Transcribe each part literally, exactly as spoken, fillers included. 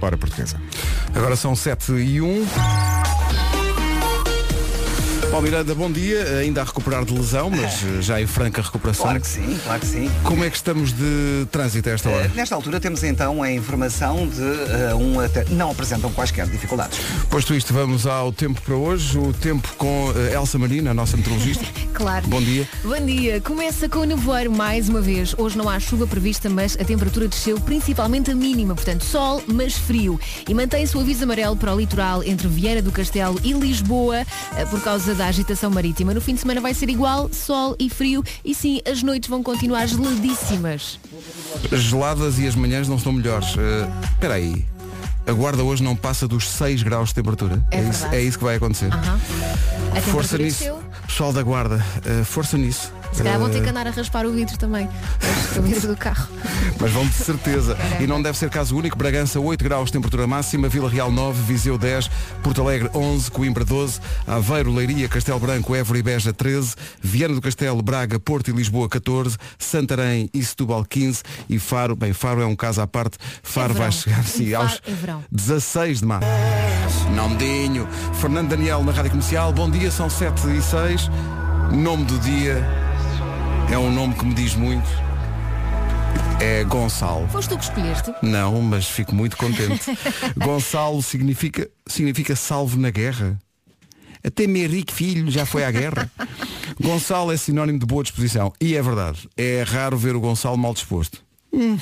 hora portuguesa. Agora são sete e um. Paulo Miranda, bom dia. Ainda a recuperar de lesão, mas já em franca recuperação. Claro que sim, claro que sim. Como é que estamos de trânsito a esta hora? Uh, nesta altura temos então a informação de uh, um até não apresentam quaisquer dificuldades. Posto isto, vamos ao tempo para hoje. O tempo com uh, Elsa Marina, a nossa meteorologista. Claro. Bom dia. Bom dia. Começa com o nevoeiro mais uma vez. Hoje não há chuva prevista, mas a temperatura desceu, principalmente a mínima. Portanto, sol, mas frio. E mantém-se o aviso amarelo para o litoral entre Vieira do Castelo e Lisboa, uh, por causa da agitação marítima. No fim de semana vai ser igual, sol e frio. E sim, as noites vão continuar geladíssimas. As geladas e as manhãs não estão melhores. Espera uh, aí. A Guarda hoje não passa dos seis graus de temperatura. É, é, isso, é isso que vai acontecer. Uhum. A Força nisso. Desceu. Pessoal da Guarda, uh, força nisso. Se calhar vão ter Uh, que andar a raspar o vidro também. O vidro do carro. Mas vão de certeza. E não deve ser caso único. Bragança oito graus, temperatura máxima. Vila Real nove, Viseu dez, Porto Alegre onze, Coimbra doze, Aveiro, Leiria, Castelo Branco, Évora e Beja treze, Viana do Castelo, Braga, Porto e Lisboa catorze, Santarém e Setúbal quinze e Faro, bem, Faro é um caso à parte. Faro É vai verão. chegar sim, Faro aos é verão. dezasseis de março. Nomedinho. Fernando Daniel na Rádio Comercial. Bom dia, são sete e seis. Nome do dia é um nome que me diz muito. É Gonçalo. Foste tu que escolheste? Não, mas fico muito contente. Gonçalo significa, significa salvo na guerra. Até meu Henrique Filho já foi à guerra. Gonçalo é sinónimo de boa disposição. E é verdade. É raro ver o Gonçalo mal disposto. Hum.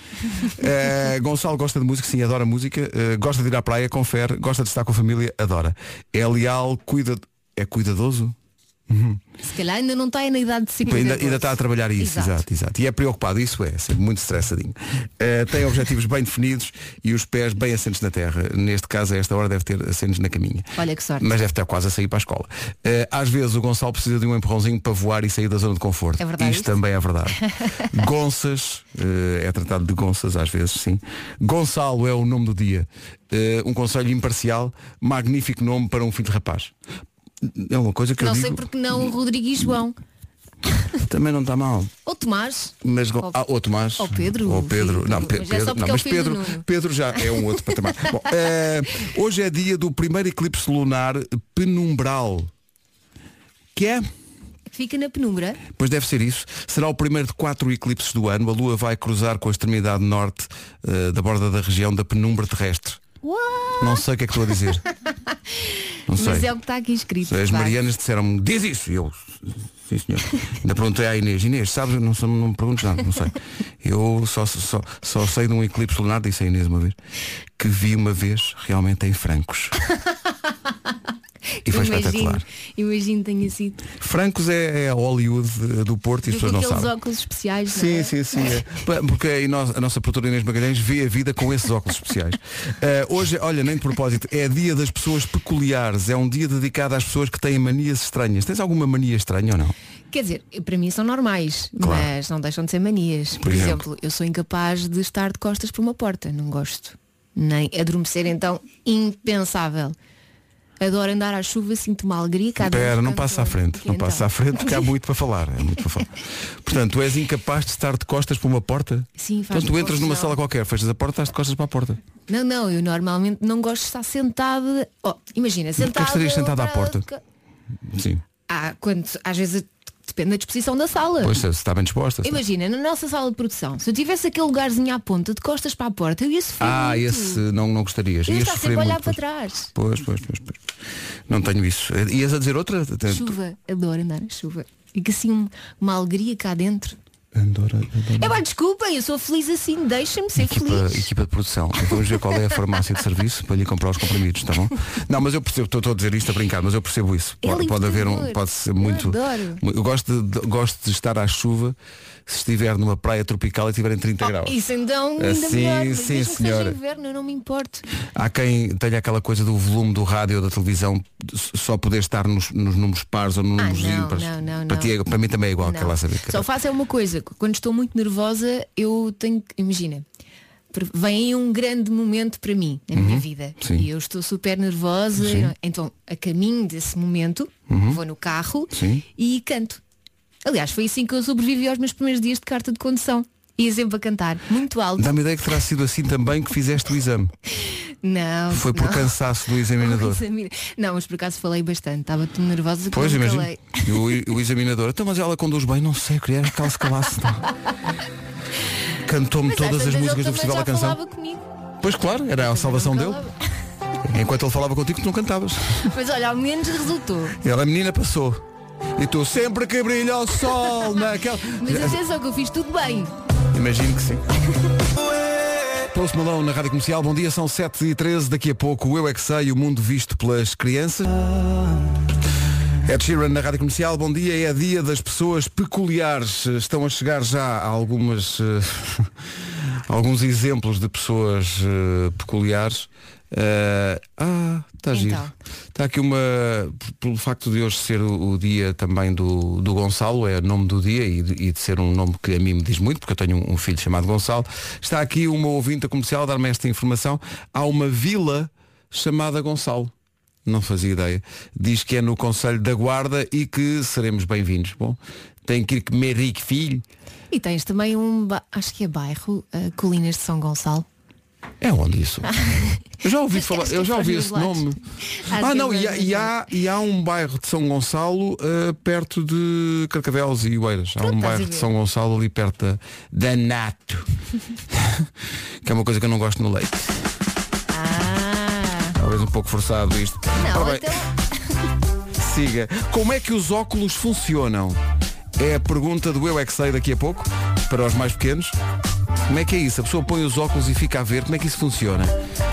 Uh, Gonçalo gosta de música, sim, adora música. Uh, gosta de ir à praia, confere. Gosta de estar com a família, adora. É leal, cuida... É cuidadoso? Uhum. Se calhar ainda não está aí na idade de se ainda, cuidar. ainda está a trabalhar isso, exato. exato, exato. E é preocupado, isso é, sempre muito estressadinho. Uh, tem objetivos bem definidos e os pés bem assentes na terra. Neste caso, a esta hora deve ter assentos na caminha. Olha que sorte. Mas deve estar quase a sair para a escola. Uh, às vezes o Gonçalo precisa de um empurrãozinho para voar e sair da zona de conforto. É verdade. Isto Isto? também é verdade. Gonças, uh, é tratado de Gonças às vezes, sim. Gonçalo é o nome do dia. Uh, um conselho imparcial, magnífico nome para um filho de rapaz. É uma coisa que Não eu sei digo... porque não o Rodrigo e João. Também não está mal. Ou Tomás. Mas, ou, ah, ou Tomás. ou Pedro. Ou Pedro. Sim, Não, mas Pe- é Pedro, só porque não, é o mas filho do Pedro, Nuno. Pedro já é um outro patamar. Bom, eh, hoje é dia do primeiro eclipse lunar penumbral. Que é? Fica na penumbra. Pois deve ser isso. Será o primeiro de quatro eclipses do ano. A Lua vai cruzar com a extremidade norte eh, da borda da região da penumbra terrestre. What? Não sei o que é que estou a dizer. Não sei. Mas é o que está aqui escrito. As vai. Marianas disseram-me, diz isso. E eu, sim senhor. Ainda perguntei à Inês, Inês, sabes, não, sei- não me perguntes nada, não sei. Eu só, só, só sei de um eclipse lunar, disse a Inês uma vez, que vi uma vez realmente em Francos. E foi Imagino, espetacular. imagino tenha sido. Francos é, é a Hollywood do Porto e as Com pessoas não aqueles sabem. óculos especiais. Sim, não é? sim, sim. É. Porque a, nós- a nossa produtora Inês Magalhães vê a vida com esses óculos especiais. Uh, hoje, olha, nem de propósito, é dia das pessoas peculiares. É um dia dedicado às pessoas que têm manias estranhas. Tens alguma mania estranha ou não? Quer dizer, para mim são normais, Claro. mas não deixam de ser manias. Por, Por exemplo? exemplo, eu sou incapaz de estar de costas para uma porta. Não gosto. Nem adormecer, então, impensável. Adoro andar à chuva, sinto uma alegria cá dentro. Espera, não quando passa à vou. frente. E Não então? passa à frente porque há muito para falar. É muito para falar. Portanto, tu és incapaz de estar de costas para uma porta? Sim, faz Então tu entras numa confusão. sala qualquer, fechas a porta, estás de costas para a porta. Não, não, eu normalmente não gosto de estar sentada. Oh, imagina, Porquê sentada. que estarias sentada à para- porta? Sim. Ah, quando, às vezes depende da disposição da sala. Pois se está bem disposta. se- Imagina, na nossa sala de produção, se eu tivesse aquele lugarzinho à ponta, de costas para a porta, eu ia sofrer Ah, muito. esse não, não gostarias. Eu ia Ias estar sofrer sempre a olhar muito. para pois. trás. Pois, pois, pois, pois. Não tenho isso. Ias a dizer outra? Chuva, adoro andar na chuva. E que assim um- uma alegria cá dentro. Andora, É bem, desculpem, eu sou feliz assim, deixem-me ser Equipa, feliz. equipa de produção. Então vamos ver qual é a farmácia de serviço para lhe comprar os comprimidos, tá bom? Não, mas eu percebo, estou a dizer isto a brincar, mas eu percebo isso. É Pode, pode haver um, libertador. pode ser Eu muito. adoro. Eu gosto de, de- gosto de estar à chuva se estiver numa praia tropical e estiver em trinta graus. Isso então ainda Assim, melhor, mas sim, mesmo que senhora. seja inverno, eu não me importo. Há quem tenha aquela coisa do volume do rádio ou da televisão de só poder estar nos, nos números pares ou nos Ah, números não, ímpares. não, não, para, não. ti é- para mim também é igual, Não. quer lá saber. Só faço é uma coisa, quando estou muito nervosa, eu tenho que, imagina, vem aí um grande momento para mim, na minha vida. sim. E eu estou super nervosa, Sim. então a caminho desse momento, vou no carro Sim. e canto. Aliás, foi assim que eu sobrevivi aos meus primeiros dias de carta de condução. Ia sempre a cantar, muito alto. Dá-me a ideia que terá sido assim também que fizeste o exame. Não. Foi por não. cansaço do examinador. O examina- Não, mas por acaso falei bastante. Estava tão nervosa que Pois, não me imagino. calei. E o, o examinador, então, mas ela conduz bem, não sei, eu queria que ela se calasse. Não. Cantou-me Mas todas às as tantas músicas ele do Festival da também já Canção. falava comigo. Pois claro, era a salvação Também dele. não me calava. Enquanto ele falava contigo, tu não cantavas. Mas olha, ao menos resultou. Ela, a menina, passou. E tu, sempre que brilha o sol naquela... Mas atenção que eu fiz tudo bem. Imagino que sim. Post Malone na Rádio Comercial. Bom dia, são sete e treze. Daqui a pouco o Eu É Que Sei, o mundo visto pelas crianças. Ed Sheeran na Rádio Comercial. Bom dia, é dia das pessoas peculiares. Estão a chegar já algumas uh, alguns exemplos de pessoas uh, peculiares. Uh, ah, está giro. Então. Está aqui uma, pelo facto de hoje ser o, o dia também do, do Gonçalo, é o nome do dia e de, e de ser um nome que a mim me diz muito, porque eu tenho um, um filho chamado Gonçalo. Está aqui uma ouvinte comercial a dar-me esta informação. Há uma vila chamada Gonçalo. Não fazia ideia. Diz que é no Conselho da Guarda e que seremos bem-vindos. Bom, tem que ir comer rico filho. E tens também um, ba- acho que é bairro, uh, Colinas de São Gonçalo. É onde isso? Eu já ouvi Acho que- falar, acho que eu é já para os ouvi dois esse lados. nome. Acho Ah que não, é e para há, os dois e, há, e há um bairro de São Gonçalo uh, perto de Carcavelos e Oeiras. Há Pronto, um estás a bairro de ver. São Gonçalo ali perto da, da Nato. Que é uma coisa que eu não gosto no leite. Ah, Talvez um pouco forçado isto. não, Ora bem, então. siga. Como é que os óculos funcionam? É a pergunta do Eu É Que Sei daqui a pouco, para os mais pequenos. Como é que é isso? A pessoa põe os óculos e fica a ver. Como é que isso funciona?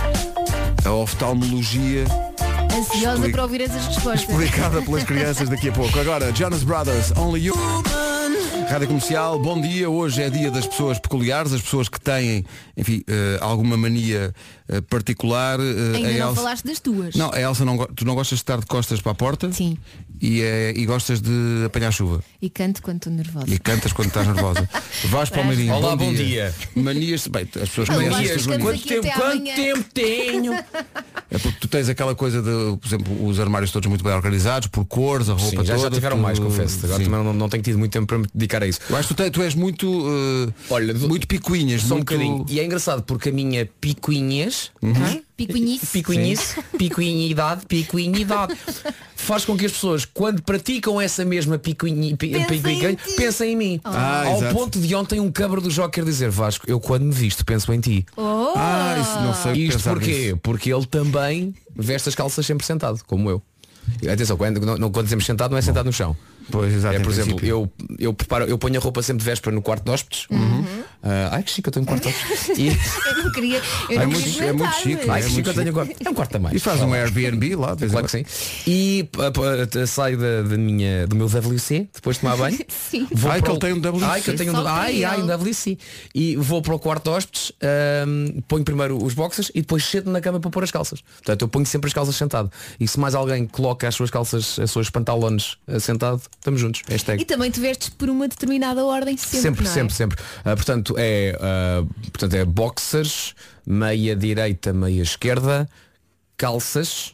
A oftalmologia Ansiosa Explica- para ouvir essas respostas. explicada pelas crianças daqui a pouco. Agora, Jonas Brothers, Only You. Rádio Comercial, bom dia. Hoje é dia das pessoas peculiares, as pessoas que têm, enfim, eh, alguma mania eh, particular. eh, Ainda a não Elsa... falaste das tuas. Não, a Elsa, não go- tu não gostas de estar de costas para a porta? Sim. E, eh, e gostas de apanhar chuva. E canto quando estou nervosa. E cantas quando estás nervosa. Vais para o Meirinho. Olá, bom dia. Manias, bem, as pessoas Olá, conhecem Manias, as tuas ficamos manias. aqui Quanto tempo, até quanto amanhã. tempo tenho? É porque tu tens aquela coisa de, por exemplo, os armários todos muito bem organizados, por cores, a roupa Sim, toda. já, já tiveram tu- mais, confesso. Agora Sim. também não, não tenho tido muito tempo para me dedicar a isso. Eu acho que tu, te- tu és muito, uh, Olha, do- muito picuinhas, Só um muito... bocadinho. E é engraçado porque a minha picuinhas, Hã? Picuinhice. picuinhice, picuinhidade, picuinhidade, faz com que as pessoas, quando praticam essa mesma picuinhi, pi- Pensem picuinha, em ti. pensem em mim. Ah, Ao exato. ponto de ontem um cabra do Joker dizer, Vasco, eu quando me visto penso em ti. Oh! Ah, isso não sei E isto pensar porquê? nisso. Porque ele também veste as calças sempre sentado, como eu. E atenção, quando, não, não- quando dizemos sentado não é sentado no chão. Pois, exato, É, em por exemplo, princípio. eu, eu preparo, eu ponho a roupa sempre de véspera no quarto de hóspedes. Ah, ai que chique, eu tenho um quarto de hóspedes. E, Eu não queria. Eu É não muito- queria é muito comentar, chique, mas- ai é que chique, muito eu tenho um quarto. É um quarto a mais. E faz um Airbnb lá, de vez em Claro que quando. sim. E ah, pá, saio da, da minha, do meu W C, depois de tomar banho. Sim. Vou Ai, para que o- ele tem um W C. Ai, que eu tenho um, Só para ai, ai, ele. um W C. E vou para o quarto de hóspedes, ahm, ponho primeiro os boxers e depois sento na cama para pôr as calças. Portanto, eu ponho sempre as calças sentado. E se mais alguém coloca as suas calças, as suas pantalones ah, sentado, estamos juntos. Hashtag. E também te vestes por uma determinada ordem sempre. Sempre, não é? sempre, sempre. Ah, portanto, é, ah, portanto, é boxers, meia direita, meia esquerda, calças,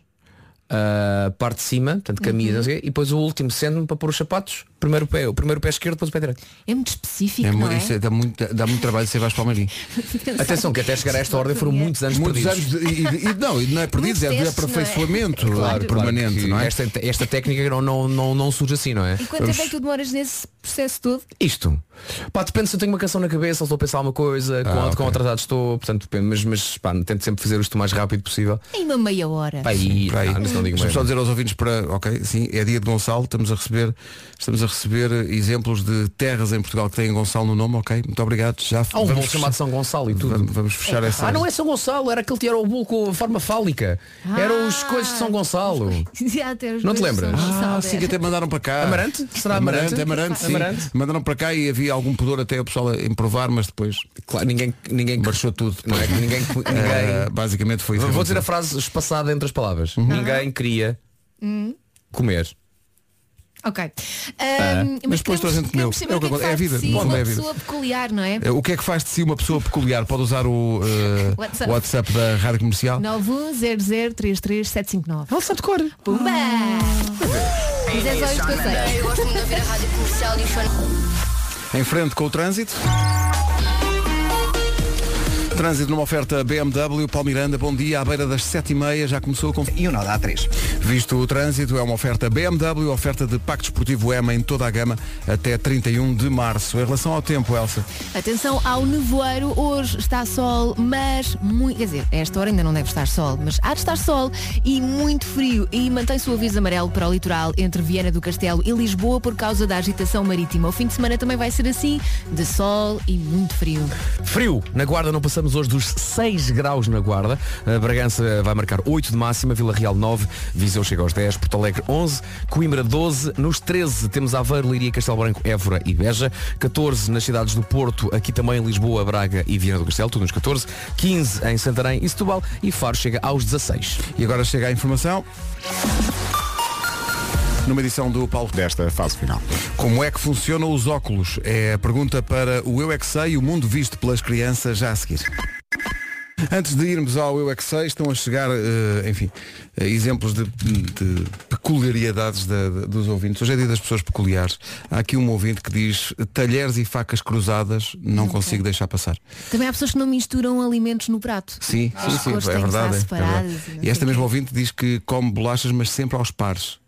ah, parte de cima, portanto, camisa, não sei o quê, e depois o último sendo-me para pôr os sapatos, primeiro pé, o primeiro pé esquerdo, depois o pé direito. É muito específico, É, não mu- é? isso é- dá, muito, dá muito trabalho ser vais para o Meirinho. Atenção, que até chegar a esta ordem foram muitos anos Muitos perdidos. anos de, e, de- e não, e não é perdidos, é de Muitos testes, aperfeiçoamento Claro. permanente, que não é? Esta, esta técnica não, não, não, não surge assim, não é? E quanto tempo é que tu demoras nesse processo todo? Isto. Pá, depende se eu tenho uma canção na cabeça, ou estou a pensar alguma coisa, com, Ah, ok. com atrasado estou, portanto, depende, mas, mas pá, tento sempre fazer isto o mais rápido possível. Em uma meia hora. Pá, e, Para aí. ah, isso não digo Deixa-me mais. só dizer aos ouvintes para, ok, sim, é dia de Gonçalo, estamos a receber, estamos a receber exemplos de terras em Portugal que têm Gonçalo no nome, ok? Muito obrigado. Já Há um vamos bolo chamado São Gonçalo e tudo. Vamos, vamos fechar essa. Ah, não é São Gonçalo, era aquele que era o bolo com a forma fálica. Eram os coisas de São Gonçalo. Já até os Não te dois lembras? são Ah, Gonçalo, sim, é. que até mandaram para cá. Amarante? Será Amarante? Amarante, sim. Amarante. Mandaram para cá e havia algum pudor até o pessoal em provar, mas depois Claro, ninguém, ninguém marchou tudo. Não é que ninguém, Ah, ninguém... basicamente foi isso. Vou que dizer a aconteceu. frase espaçada entre as palavras. Ninguém queria comer. Ok. Ahm, mas depois toda a gente comeu. queremos saber É o o que que é que acontece. É a faz de vida, si no fundo uma é a vida. pessoa peculiar, não é? Eh, O que é que faz de si uma pessoa peculiar? Pode usar o eh, WhatsApp. WhatsApp da Rádio Comercial. nove um zero zero três três sete cinco nove. Ela sabe de cor. Pumba! Mas é só isto que eu sei. Eu gosto muito de ouvir a rádio comercial e o show. Em frente com o trânsito. Trânsito numa oferta B M W, Paulo Miranda, bom dia, à beira das sete e meia, já começou com... E o nó da A três. Visto o trânsito, é uma oferta B M W, oferta de Pacto Esportivo EMA em toda a gama até trinta e um de março. Em relação ao tempo, Elsa? Atenção ao nevoeiro, hoje está sol, mas muito, quer dizer, a esta hora ainda não deve estar sol, mas há de estar sol e muito frio, e mantém-se o aviso amarelo para o litoral entre Viana do Castelo e Lisboa por causa da agitação marítima. O fim de semana também vai ser assim, de sol e muito frio. Frio, na Guarda não passamos hoje dos seis graus na Guarda. A Bragança vai marcar oito de máxima, Vila Real nove, Viseu chega aos dez, Porto Alegre onze, Coimbra doze, nos treze temos Aveiro, Leiria, Castelo Branco, Évora e Beja, catorze nas cidades do Porto, aqui também Lisboa, Braga e Viana do Castelo, tudo nos catorze, quinze em Santarém e Setúbal e Faro chega aos dezasseis. E agora chega a informação. Numa edição do Paulo desta fase final. Como é que funcionam os óculos? É a pergunta para o Eu é que Sei, o mundo visto pelas crianças, já a seguir. Antes de irmos ao Eu é que Sei, estão a chegar, uh, enfim, uh, exemplos de, de peculiaridades da, da, dos ouvintes. Hoje é dia das pessoas peculiares. Há aqui um ouvinte que diz talheres e facas cruzadas, não Okay. consigo deixar passar. Também há pessoas que não misturam alimentos no prato. Sim, As sim, sim, cores é têm que estar verdade. É, é separadas verdade. e não E sei esta o mesma quê. ouvinte diz que come bolachas, mas sempre aos pares.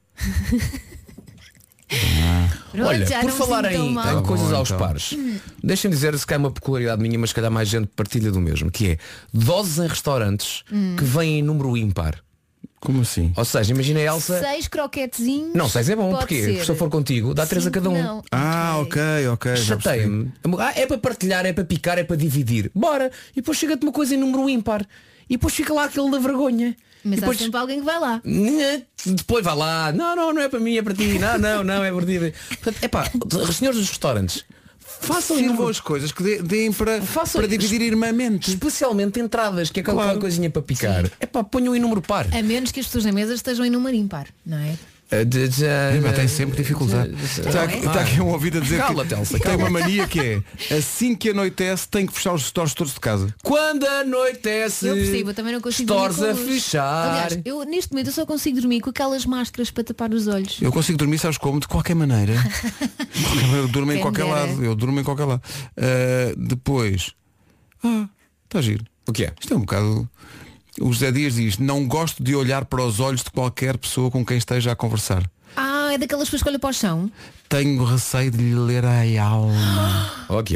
Pronto, Olha, já por não falar sinto tão em, mal. em coisas Tá bom, aos então. pares, deixem-me dizer se calhar uma peculiaridade minha, mas se calhar mais gente partilha do mesmo, que é doses em restaurantes Hum. que vêm em número ímpar. Como assim? Ou seja, imagina a Elsa. Seis croquetezinhos. Não, seis é bom, pode porque ser. se eu for contigo, dá três a Cinco cada um. não. Ah, ok, ok. já percebi. Chateia-me. Ah, é para partilhar, é para picar, é para dividir. Bora! E depois chega-te uma coisa em número ímpar. E depois fica lá aquele da vergonha. Mas e depois... há sempre alguém que vai lá. Nhã, depois vai lá. Não, não, não é para mim, é para ti. Não, não, não, é para ti. Portanto, epá, senhores dos restaurantes, façam Sirvam número- as coisas que dê- deem para, Façam- para dividir irmãmente. especialmente entradas, que é aquela Claro. coisinha para picar. É pá, ponham em número par. A menos que as pessoas na mesa estejam em número ímpar, não é? Ah, de- de- Mas tem sempre dificuldade. Está aqui, está aqui um ouvido a dizer Cala-te, Elsa, que tem cala. uma mania que é assim que anoitece tem que fechar os stores todos de casa. Quando anoitece, Eu percebo, eu também não consigo stores dormir a com luz. fechar. Aliás, eu neste momento eu só consigo dormir com aquelas máscaras para tapar os olhos. Eu consigo dormir, sabes como? De qualquer maneira. De qualquer maneira, eu durmo em Quem qualquer dera. lado. Eu durmo em qualquer lado. Ah, depois. Ah, está giro. O que é? Isto é um bocado. O José Dias diz, não gosto de olhar para os olhos de qualquer pessoa com quem esteja a conversar. Ah, é daquelas pessoas que olham para o chão. Tenho receio de lhe ler a alma. Ok.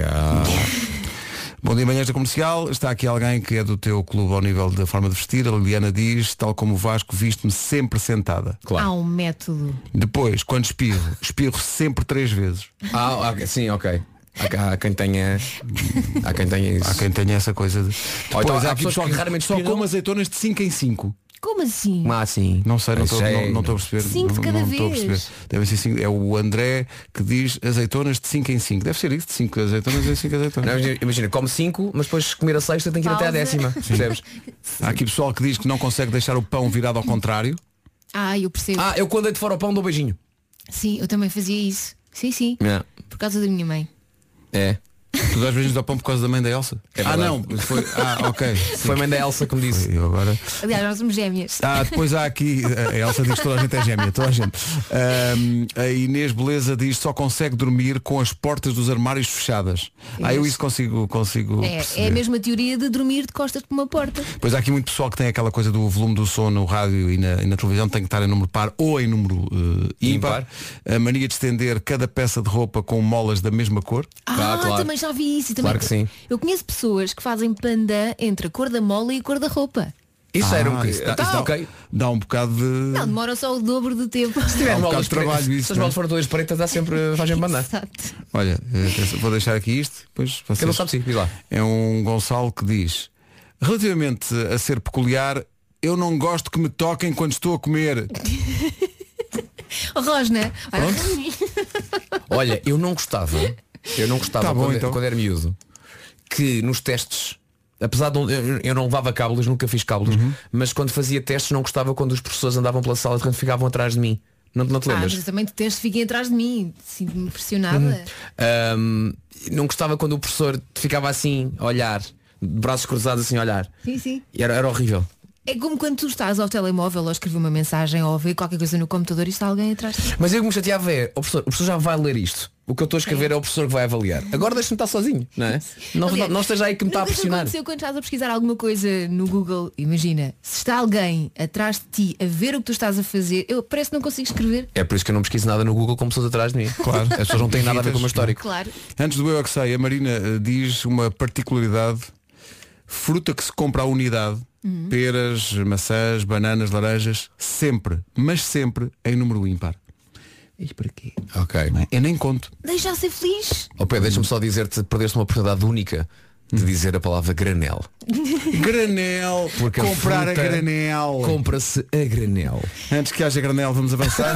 Bom dia, manhãs da comercial. Está aqui alguém que é do teu clube ao nível da forma de vestir. A Liliana diz, tal como o Vasco, visto-me sempre sentada. Claro. Há um método. Depois, quando espirro, espirro sempre três vezes. Ah, ok, sim, ok. Há, há quem tenha. Há quem tenha isso. Há quem tenha essa coisa de. Ou então Depois, há há aqui pessoas pessoal que que raramente só espirram. come azeitonas de cinco em cinco. Como assim? Ah, sim. Não sei, não estou Sei. não, não estou a perceber. Cinco de Não- cada não estou a vez. perceber. Deve ser cinco. É o André que diz azeitonas de cinco em cinco. Deve ser isso, de cinco azeitonas em cinco azeitonas. Não, imagina- imagina, come cinco, mas depois de comer a sexta tem que ir até à Pausa. décima. Percebes? Há aqui pessoal que diz que não consegue deixar o pão virado ao contrário. Ah, eu percebo. Ah, eu quando deito fora o pão dou beijinho. Sim, eu também fazia isso. Sim, sim. Não. Por causa da minha mãe. É. Tu dás beijinhos ao pão por causa da mãe da Elsa? É ah, verdade. não. Foi, ah, ok. Foi a mãe da Elsa que me disse. Eu agora. Aliás, nós somos gêmeas. Ah, depois há aqui, a Elsa diz que toda a gente é gêmea, toda a gente. Ahm, a Inês Beleza diz que só consegue dormir com as portas dos armários fechadas. Ah, eu isso consigo, consigo É, perceber. é a mesma teoria de dormir de costas para uma porta. Pois há aqui muito pessoal que tem aquela coisa do volume do som no rádio e na, e na televisão tem que estar em número par ou em número eh, ímpar. Ímpar. A mania de estender cada peça de roupa com molas da mesma cor. Ah, Ah, claro. também já vi isso. e Também... Claro que sim. Eu conheço pessoas que fazem pandan entre a cor da mola e a cor da roupa. Isso era um Ah, isso dá, Tá, isso dá- ok. dá um bocado de. Não, demora só o dobro do tempo. Se tiver Dá um bocado molas de trabalho pretas- isso, se as não é? molas forem todas pretas, dá sempre fazem mandar. Exato. Olha, eh, vou deixar aqui isto. Depois vocês... Eu não sabe sim, diz lá. É um Gonçalo que diz, relativamente a ser peculiar, eu não gosto que me toquem quando estou a comer. Oh, Rosna, olha, Olha, eu não gostava. Eu não gostava Tá bom, quando, então. quando era miúdo que nos testes, apesar de não- eu eu não levava cábulas, nunca fiz cábulas, Uhum. mas quando fazia testes não gostava quando os professores andavam pela sala de canto ficavam atrás de mim. Não, não te ah, lembras? mas eu também detesto que fiquem atrás de mim. Sinto-me pressionada. Ahm, não gostava quando o professor ficava assim a olhar, de braços cruzados assim a olhar. Sim, sim. E era, era horrível. É como quando tu estás ao telemóvel ou a escrever uma mensagem ou a ver qualquer coisa no computador e está alguém atrás de ti. Mas eu que me chateava é, o professor, o professor já vai ler isto. O que eu estou a escrever é o professor que vai avaliar. Agora deixa-me estar sozinho, não é? Não, Aliás, não, não esteja aí que me está a nunca te pressionar. aconteceu quando estás a pesquisar alguma coisa no Google, imagina, se está alguém atrás de ti a ver o que tu estás a fazer, eu parece que não consigo escrever. É por isso que eu não pesquiso nada no Google com pessoas atrás de mim. Claro. As pessoas não têm nada a ver com o meu histórico. Claro. Antes do Eu é que sei, a Marina eh, diz uma particularidade. Fruta que se compra à unidade, Uhum. peras, maçãs, bananas, laranjas, sempre, mas sempre em número ímpar. Isto para quê? Ok. Não é? Eu nem conto. Deixa-a ser feliz. Oh, Pedro, deixa-me só dizer-te, perdeste uma oportunidade única de dizer a palavra granel. Granel, Porque a comprar a fruta granel. Compra-se a granel. Antes que haja granel, vamos avançar.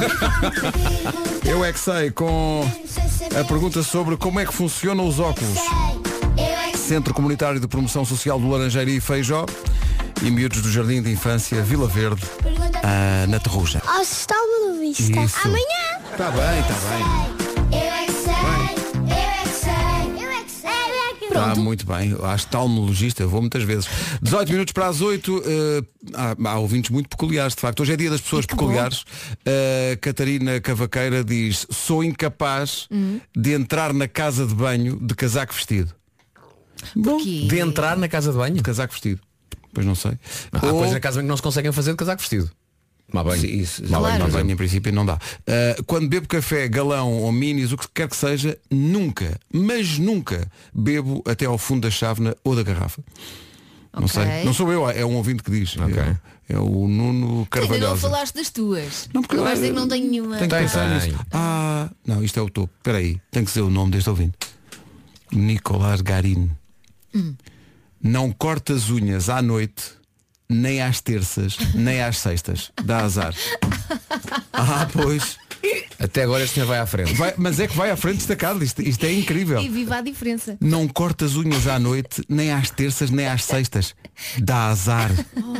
Eu é que sei, com a pergunta sobre como é que funcionam os óculos. Centro Comunitário de Promoção Social do Laranjeiro e Feijó e miúdos do Jardim de Infância Vila Verde, ah, na Terruja. Ao Estábulo do Vista. Isso. Amanhã. Está bem, está bem. Eu é que sei. Eu é que sei. Eu é que sei. Eu é que sei. Está muito bem. Acho talmologista, vou muitas vezes. dezoito minutos para as oito. Uh, há, há ouvintes muito peculiares, de facto. Hoje é dia das pessoas Que peculiares. Uh, Catarina Cavaqueira diz: sou incapaz Hum. de entrar na casa de banho de casaco vestido. Porquê? De entrar na casa de banho? De casaco vestido. Pois não sei. Há Ou- coisas na casa de banho que não se conseguem fazer de casaco vestido. Tomar banho. Sim, isso, Tomar banho, claro. por exemplo. Em princípio não dá. Uh, quando bebo café, galão ou minis, o que quer que seja, nunca, mas nunca bebo até ao fundo da chávena ou da garrafa. Não Ok. sei. Não sou eu, é um ouvinte que diz. Ok. É, é o Nuno Tu ainda não Carvalhosa. falaste das tuas. Não, porque eu vais eu- dizer que não tenho nenhuma. Tenho que Tem, pensar tem. nisso. Ah, não, isto é o topo. Espera aí, tem que ser o nome deste ouvinte. Nicolás Garin. Hum. Não corta as unhas à noite, nem às terças, nem às sextas. Dá azar. Ah, pois. Até agora este senhor vai à frente. Vai- mas é que vai à frente destacado. Isto, isto é incrível. E viva a diferença. Não corta as unhas à noite, nem às terças, nem às sextas. Dá azar.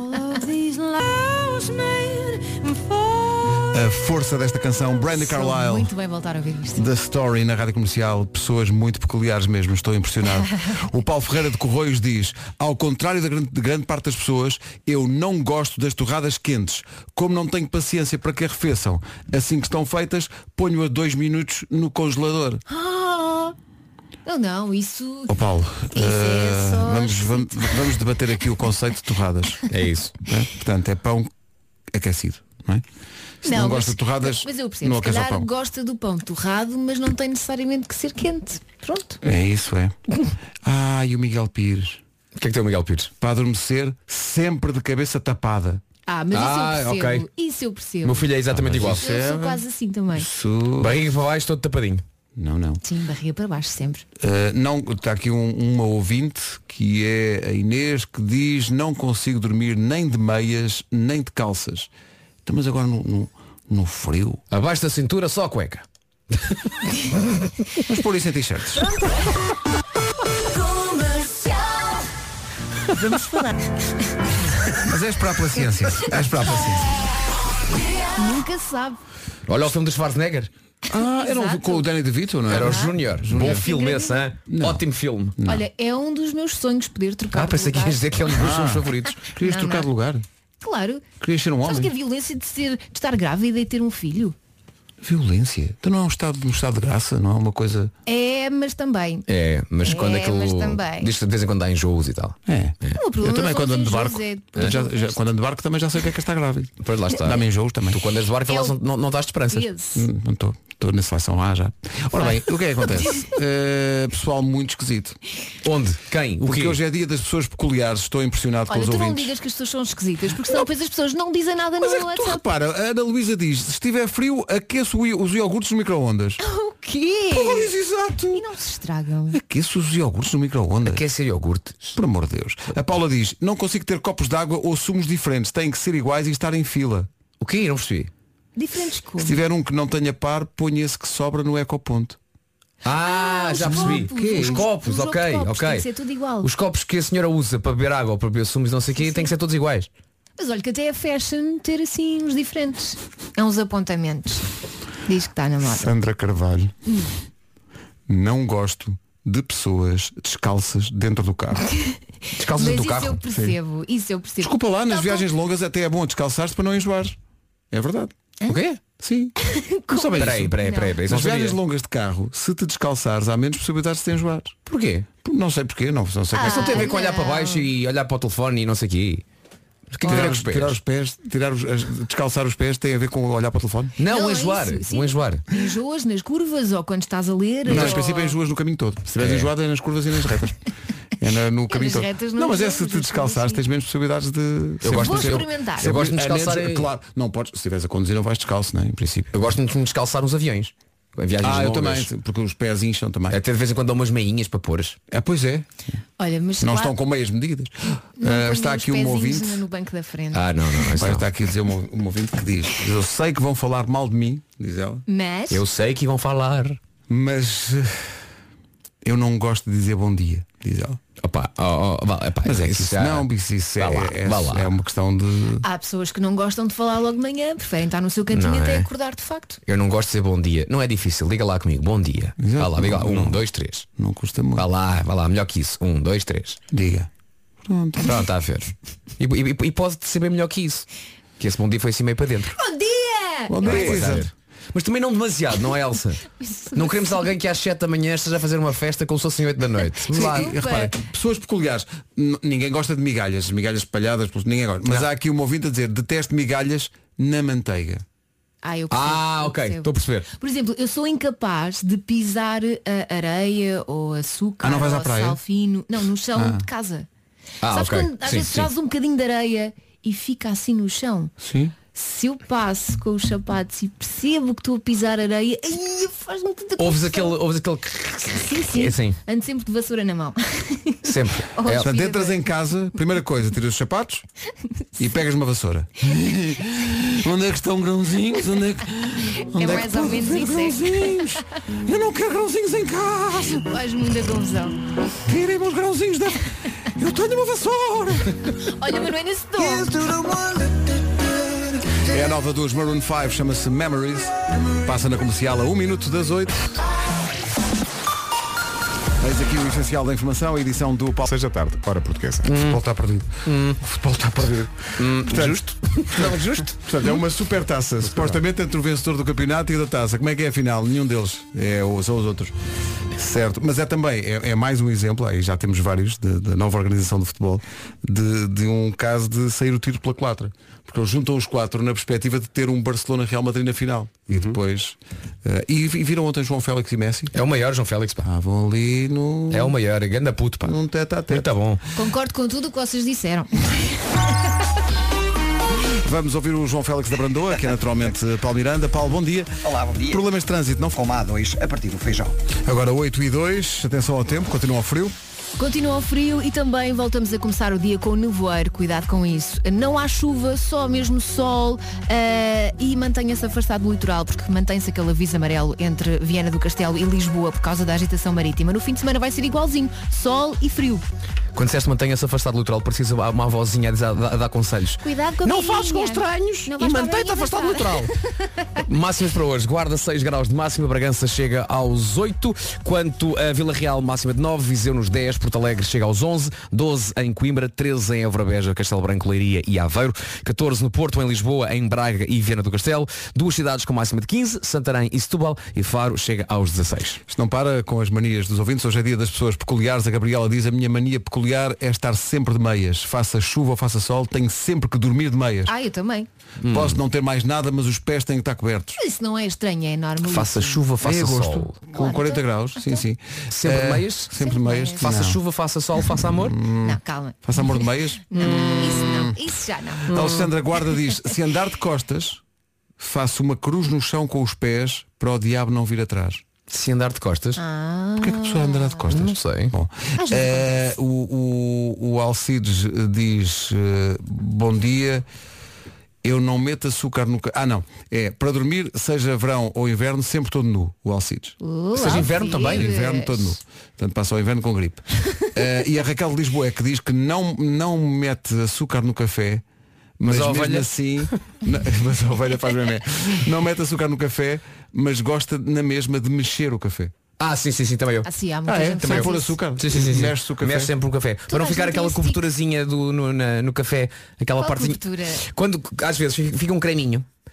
A força desta canção, Brandy Sou Carlile. muito bem voltar a ouvir isto. The Story na Rádio Comercial, pessoas muito peculiares mesmo, estou impressionado. O Paulo Ferreira de Corroios diz: ao contrário da grande, de grande parte das pessoas, eu não gosto das torradas quentes. Como não tenho paciência para que arrefeçam, assim que estão feitas, ponho a dois minutos no congelador. Ah, não, não, isso. Ó Paulo, Isso é eh, só vamos, vamos, vamos debater aqui o conceito de torradas. É isso. Não é? Portanto, é pão aquecido, não é? Se não, gosta mas, de torradas, mas eu percebo, não se aqueça o calhar pão. gosta do pão torrado, mas não tem necessariamente que ser quente. Pronto. É isso, é. Ah, e o Miguel Pires. O que é que tem o Miguel Pires? Para adormecer, sempre de cabeça tapada. Ah, mas Ah, isso eu percebo. ok. Isso eu O percebo. meu filho é exatamente igual. isso Eu sou quase assim também. Isso... Barriga para baixo, todo tapadinho. Não, não. Sim, barriga para baixo sempre. Uh, não, está aqui um, uma ouvinte que é a Inês que diz: não consigo dormir nem de meias nem de calças. Então, mas agora no, no, no frio. Abaixo da cintura só a cueca. Vamos pôr isso em t-shirts. Vamos falar. Mas é esperar pela ciência. É esperar pela ciência. Nunca se sabe. Olha o filme dos Schwarzenegger. Ah, era um, Exato. com o Danny DeVito, não é? Era o Júnior. Bom filme esse, hein? Ótimo filme. Olha, é um dos meus sonhos poder trocar. Ah, de pensei que lugar. ias dizer que é um dos meus filmes favoritos. Querias Não, trocar não. de lugar? Claro. Querias ser um Sabes homem? que a violência de, ser, de estar grávida e ter um filho? Violência? Então não é um estado, um estado de graça, não é uma coisa. É, mas também. É, mas É, quando aquilo. mas também. Diz que de vez em quando dá enjoos e tal. É. O problema Eu também são quando os ando de enjoos, barco. é- eu já- já- quando ando de barco também já sei o que é que está grávido. Pois lá está. Dá-me enjoos também. Tu quando és de barco É lá o- não, não estás de esperanças. Esse. Hum, Não estou. Estou na seleção A já. Ora bem, o que é que acontece? Eh, pessoal muito esquisito. Onde? Quem? O Porque quê? hoje é dia das pessoas peculiares. Estou impressionado Olha, com os tu não ouvintes. digas que as pessoas são esquisitas, porque senão depois as pessoas não dizem nada Mas no é que tu WhatsApp. repara, a Ana Luísa diz: se estiver frio, aqueço o- os iogurtes no micro-ondas. O quê? Pois, exato. E não se estragam. Aqueço os iogurtes no micro-ondas. Quer ser iogurte? Por amor de Deus. A Paula diz: não consigo ter copos de água ou sumos diferentes. Têm que ser iguais e estar em fila. O quê? Não percebi. Diferentes cores. Se tiver um que não tenha par, ponha esse que sobra no ecoponto. Ah, já os percebi. copos, Os os- copos, o jogo ok, de copos, ok. tem que ser tudo igual. Os copos que a senhora usa para beber água ou para beber sumos não sei o quê, têm que ser todos iguais. Mas olha que até é fashion ter assim uns diferentes. É uns apontamentos. Diz que está na moda. Sandra Carvalho. Não gosto de pessoas descalças dentro do carro. Descalças Mas do isso carro. eu percebo. Isso eu percebo. Desculpa lá, nas Tal viagens longas até é bom descalçar-se para não enjoar. É verdade. O quê? Sim. Como sabem Peraí, isso? peraí, peraí, peraí. isso Nas não sabia. viagens longas de carro, se te descalçares, há menos possibilidades de te enjoar. Porquê? Não sei porquê, não, não sei Ah, Mas não tem a ver com não. olhar para baixo e olhar para o telefone e não sei o quê. O que é que tem a ver Tirar com os, os pés? tirar os pés, tirar os, as- descalçar os pés tem a ver com olhar para o telefone? Não, Não, um é enjoar. isso, sim. Um enjoar. Enjoas nas curvas ou quando estás a ler. Não, ou... em princípio enjoas no caminho todo. Se estiveres É. enjoado é nas curvas e nas retas. É na- no caminho nas todo. retas não Não, mas é enjoas, se te nas descalçares curvas, tens menos possibilidades de. Eu gosto Vou de eu, experimentar. eu gosto de me A descalçar. menos- em- Claro, não podes, se estiveres a conduzir não vais descalço, não é? Em princípio. Eu gosto de me descalçar nos aviões. Em viagens Ah, eu longas. também, porque os pés incham também. Até de vez em quando dou umas meinhas para pôr. É, pois é. Olha, mas Não lá- estão com meias medidas. não Ah, ponham está os aqui um pezinhos ouvinte. no banco da frente. Ah, não, não, isso Olha, não. está aqui a dizer um, um ouvinte que diz: eu sei que vão falar mal de mim, diz ela, Mas Eu sei que vão falar. mas eh, eu não gosto de dizer bom dia, diz ela. Opa, oh, oh, vá, epá, Mas é que isso isso, já- não, isso, isso Vá é, lá, é, vá lá. é uma questão de. há pessoas que não gostam de falar logo de manhã, preferem estar no seu cantinho Não até é? acordar de facto. Eu não gosto de dizer bom dia. Não é difícil. Liga lá comigo. Bom dia. Exato. Vá lá, diga lá. Não, Um, não. dois, três. Não custa muito. Vá lá, vá lá. Melhor que isso. Um, dois, três. Diga. Pronto. Pronto, está a ver. E, e- e pode ser bem melhor que isso. Que esse bom dia foi assim meio para dentro. Bom dia! Bom dia, Está a Isa. ver. Mas também não demasiado, não é, Elsa? Não queremos alguém que às sete da manhã esteja a fazer uma festa como se fossem oito da noite. Sim, Vá. e, repara, pessoas peculiares, N- ninguém gosta de migalhas, migalhas espalhadas, pelos- ninguém gosta. Mas há aqui um ouvinte a dizer, detesto migalhas na manteiga. Ah, eu percebo, Ah, eu ok. percebo. Estou a perceber. Por exemplo, eu sou incapaz de pisar a areia ou açúcar Ah, não vais à ou praia? sal fino. Não, no chão de casa. Ah, Sabes ok. quando às Sim, vezes sim. trazes um bocadinho de areia e fica assim no chão? Sim. Se eu passo com os sapatos e percebo que estou a pisar areia, ai, faz-me tanta Ouves confusão. aquele, ouves aquele. Sim, sim. É assim. Ando sempre de vassoura na mão. Sempre. Oh, É, Portanto, filha entras da- em casa, primeira coisa, tiras os sapatos e pegas uma vassoura. Onde é que estão grãozinhos? Onde é que, onde É que mais ou pode menos haver isso, é. grãozinhos? Eu não quero grãozinhos em casa. Faz muita confusão. Tirem os grãozinhos da. Eu tenho uma vassoura. Olha, mas não é nesse tom. É a nova dos Maroon cinco, chama-se Memories. Passa na comercial a um minuto das oito. Eis aqui o essencial da informação, a edição do Paulo. Seja tarde, hora portuguesa. O futebol está perdido. O futebol está perdido. Portanto, Justo? Não, justo? Portanto, é uma super taça, supostamente entre o vencedor do campeonato e da taça. Como é que é a final? Nenhum deles. É, o- são os outros. Certo. Mas é também, é, é mais um exemplo, aí já temos vários, de- da nova organização do futebol, de, de um caso de sair o tiro pela culatra. Porque eles juntam os quatro na perspectiva de ter um Barcelona-Real Madrid na final. E depois... eh, e, e viram ontem João Félix e Messi? É o maior, João Félix. Pá. Estavam ali no... É o maior. Ganda puto, pá. num tete a tete. Muito bom. Concordo com tudo o que vocês disseram. Vamos ouvir o João Félix da Brandoa, que é naturalmente Paulo Miranda. Paulo, bom dia. Olá, bom dia. Problemas de trânsito, não? Como A dois a partir do Feijão. Agora oito e dois, atenção ao tempo, continua ao frio. Continua o frio e também voltamos a começar o dia com nevoeiro, cuidado com isso. Não há chuva, só mesmo sol eh, e mantenha-se afastado do litoral, porque mantém-se aquele aviso amarelo entre Viana do Castelo e Lisboa por causa da agitação marítima. No fim de semana vai ser igualzinho, sol e frio. Quando disseste mantenha-se afastado do litoral, precisa uma avózinha a, dizer- a dar- a dar conselhos. Cuidado com a Não bainha. fales com estranhos Não e vais para a mantém-te bainha afastado do dançar. litoral. Máximas para hoje. Guarda seis graus de máxima, Bragança chega aos oito, quanto a Vila Real máxima de nove, Viseu nos dez, Porto Alegre chega aos onze, doze em Coimbra, treze em Évora Beja, Castelo Branco, Leiria e Aveiro, catorze no Porto, em Lisboa, em Braga e Viana do Castelo, duas cidades com máxima de quinze, Santarém e Setúbal, e Faro chega aos dezasseis. Isto não para com as manias dos ouvintes. Hoje é dia das pessoas peculiares. A Gabriela diz, a minha mania peculiar é estar sempre de meias. Faça chuva ou faça sol, tenho sempre que dormir de meias. Ah, eu também. Posso não ter mais nada, mas os pés têm que estar cobertos. Isso não é estranho, é enorme. Faça chuva, faça em agosto, sol. com Claro, quarenta então, graus. Sim, sim. Sempre de Eh, meias? Sempre de Sempre meias. meias. Faça Não. chuva, faça sol, faça amor. Não, calma. Faça amor de meias. Não, isso não. Isso já não. A Alexandra Guarda diz, se andar de costas, faço uma cruz no chão com os pés para o diabo não vir atrás. Se andar de costas. Porquê é que a pessoa anda de costas? Não sei. Bom, Às vezes eh, o, o, o Alcides eh, diz eh, bom dia, eu não meto açúcar no ca... Ah não, é para dormir, seja verão ou inverno, sempre todo nu, o Alcides. Uh, Seja inverno também, Alcides. Inverno todo nu. Portanto passa o inverno com gripe. Eh, e a Raquel de Lisboa é que diz que não, não mete açúcar no café, mas, Mas a mesmo ovelha- assim não, mas a ovelha faz mesmo é. Não mete açúcar no café, mas gosta na mesma de mexer o café. Ah, sim, sim, sim, também eu. Ah, sim, há muita Ah, é? gente que Também faz pôr isso. açúcar? Sim, sim, sim, sim. Mexe-se o café. Mexe sempre um café. Para não a ficar gente aquela tem esse coberturazinha do, no, na- no café, aquela Qual partezinha. cobertura? Quando às vezes fica fica um creminho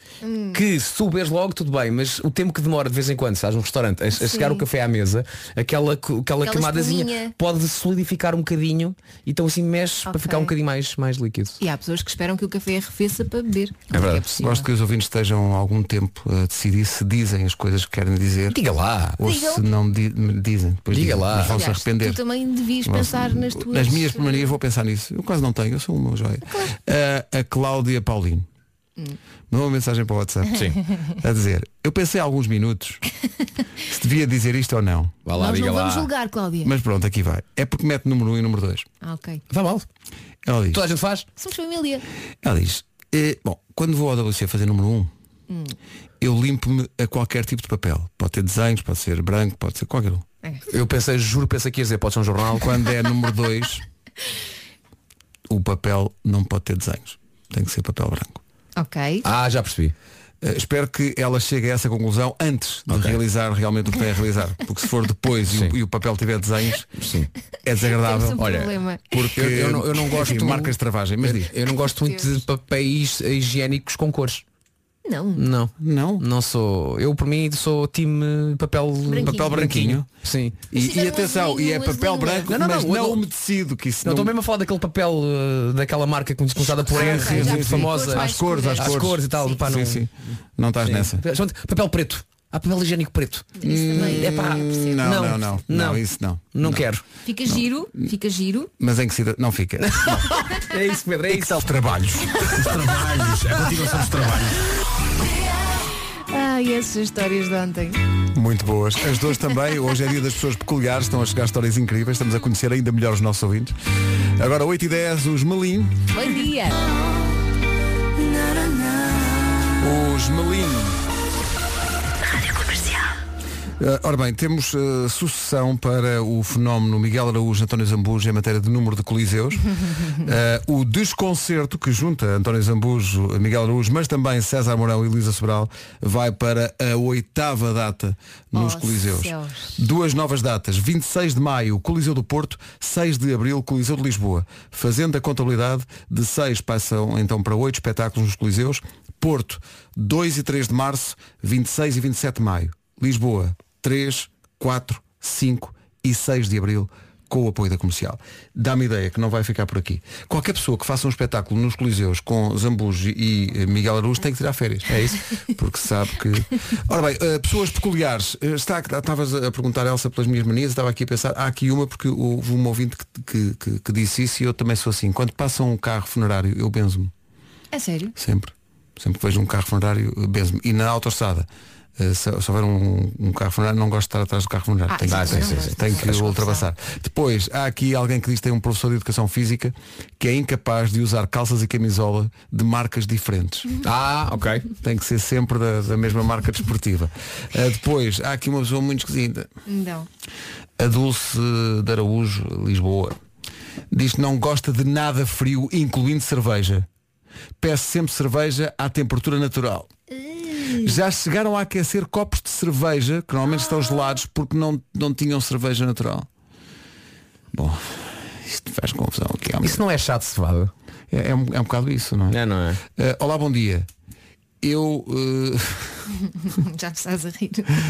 Hum. que se tu bebes logo, tudo bem, mas o tempo que demora de vez em quando, estás num restaurante, a, a chegar o café à mesa, aquela, aquela, aquela camadazinha espuminha. pode solidificar um bocadinho, então assim mexe Okay. para ficar um bocadinho mais, mais líquido. E há pessoas que esperam que o café arrefeça para beber. É verdade. É possível. Gosto que os ouvintes estejam há algum tempo a decidir se dizem as coisas que querem dizer. Diga lá. Ou Digam. se não di me dizem. Depois Diga dizem, lá. mas vão se Aliás, arrepender. tu também devias Vão-se- pensar nas tuas... Nas minhas manias vou pensar nisso. Eu quase não tenho, eu sou uma joia. A, a Cláudia Paulino. Mandou uma mensagem para o WhatsApp. Sim. A dizer, eu pensei há alguns minutos se devia dizer isto ou não. Vá lá, Nós diga não lá. vamos julgar, Cláudia. Mas pronto, aqui vai. É porque mete número um e número dois. Ah, ok. Vá mal. Ela diz, Toda a gente faz? Somos família. ela diz eh, bom, quando vou ao W C fazer número um, eu limpo-me a qualquer tipo de papel. Pode ter desenhos, pode ser branco, pode ser qualquer um. Eu pensei, juro, pensei que ia dizer, pode ser um jornal. Quando é número dois, o papel não pode ter desenhos. Tem que ser papel branco. Ok. Ah, já percebi. Uh, espero que ela chegue a essa conclusão antes de Ok. realizar realmente o que tem a realizar. Porque se for depois e Sim. o, e o papel tiver desenhos, Sim. é desagradável. Temos um olha, problema. Porque Eu, eu não, eu não gosto enfim, marcas de travagem, mas diz. Eu não gosto muito de papéis higiênicos com cores. Não. Não. Não. Não sou. Eu por mim sou time papel Branquinho. Papel branquinho. Sim. E, se tiver e um atenção, e é azulinho, papel azulinho. branco, Não, não, mas não, não, eu não- umedecido, que isso Não não. estou mesmo a falar daquele papel uh, daquela marca começada por Ah, R, ok, já percebi. famosa. Cores mais Às cores, às escuras. Às cores. cores e tal. Sim. Pá, Sim, não, sim. Não estás nessa. Chamam-te papel preto. Há papel higiênico preto. Isso também. é pá, percebo. Não, Não. não, não, não, Não. isso não. Não, quero. Fica giro, fica giro. Mas em que cidade? Não fica. É isso, Pedro, é isso. Os trabalhos. Trabalhos, a continuação dos trabalhos. Ai, essas histórias de ontem. Muito boas. As duas também. Hoje é dia das pessoas peculiares. Estão a chegar histórias incríveis. Estamos a conhecer ainda melhor os nossos ouvintes. Agora oito e dez, os Melim. Bom dia. Os Melim. Uh, ora bem, temos uh, sucessão para o fenómeno Miguel Araújo e António Zambujo em matéria de número de coliseus. Uh, o desconcerto que junta António Zambujo, Miguel Araújo, mas também César Mourão e Elisa Sobral, vai para a oitava data nos Oh, coliseus. céus. Duas novas datas, vinte e seis de maio, Coliseu do Porto, seis de abril, Coliseu de Lisboa. Fazendo a contabilidade, de seis passam então para oito espetáculos nos coliseus. Porto, dois e três de março, vinte e seis e vinte e sete de maio. Lisboa, três, quatro, cinco e seis de abril, com o apoio da Comercial. Dá-me ideia que não vai ficar por aqui. Qualquer pessoa que faça um espetáculo nos Coliseus com Zambujo e eh, Miguel Araújo tem que tirar férias. É isso? Porque sabe que... Ora bem, eh, pessoas peculiares. Eh, está, estavas a perguntar, Elsa, pelas minhas manias. Estava aqui a pensar. Há aqui uma, porque houve um ouvinte que, que, que, que disse isso e eu também sou assim. Quando passa um carro funerário, eu benzo-me. É sério? Sempre. Sempre que vejo um carro funerário, eu benzo-me. E na autoestrada. Uh, se, se houver um, um carro funerário, não gosto de estar atrás do carro funerário. Ah, Tenho, isso que- também não gosto. tenho que Acho ultrapassar. Depois, há aqui alguém que diz que tem um professor de educação física que é incapaz de usar calças e camisola de marcas diferentes. Ah, ok. Tem que ser sempre da, da mesma marca desportiva. Uh, depois, há aqui uma pessoa muito esquisita. Não. A Dulce de Araújo, Lisboa, diz que não gosta de nada frio, incluindo cerveja. Peço sempre cerveja à temperatura natural. Já chegaram a aquecer copos de cerveja, que normalmente estão gelados, porque não, não tinham cerveja natural. Bom, isto faz confusão aqui. Isso não é chato de cevada. É, é, um, é um bocado isso, não é? É, não é? Uh, olá, bom dia. Eu uh, Já me estás a rir.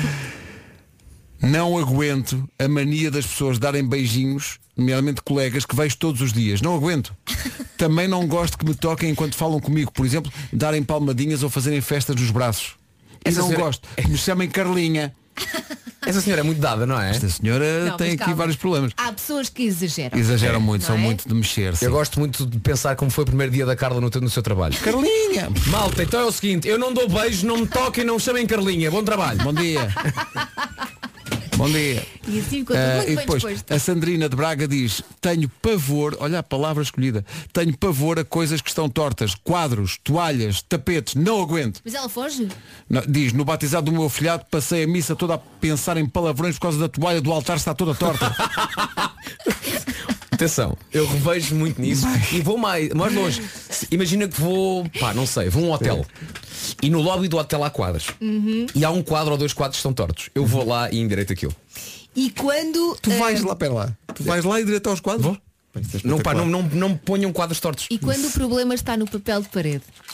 não aguento a mania das pessoas darem beijinhos, nomeadamente colegas, que vejo todos os dias. Não aguento. Também não gosto que me toquem enquanto falam comigo. Por exemplo, darem palmadinhas ou fazerem festas nos braços. E Essa não senhora- gosto. Me chamem Carlinha. Essa senhora é muito dada, não é? Esta senhora Não, tem mas aqui calma. vários problemas. Há pessoas que exageram. Exageram muito, Não são é? muito de mexer. sim. Eu gosto muito de pensar como foi o primeiro dia da Carla no, teu- no seu trabalho. Carlinha! Malta, então é o seguinte, eu não dou beijo, não me toquem, não me chamem Carlinha. Bom trabalho. Bom dia. Bom dia. E assim ficou tudo Ah, muito e bem depois, disposto. a Sandrina de Braga diz: tenho pavor, olha a palavra escolhida, tenho pavor a coisas que estão tortas, quadros, toalhas, tapetes, não aguento. Mas ela foge? Não, diz, no batizado do meu afilhado passei a missa toda a pensar em palavrões por causa da toalha do altar está toda torta. Atenção, eu revejo muito nisso e vou mais, mais longe. Se- Imagina que vou, pá, não sei, vou a um hotel e no lobby do hotel há quadros e há um quadro ou dois quadros que estão tortos. Eu vou lá e endireito aquilo. E quando... Tu ah, vais lá, pera lá. Tu vais lá e direto aos quadros? Vou. Não, pá, não, não, não me ponham quadros tortos. E quando o problema está no papel de parede?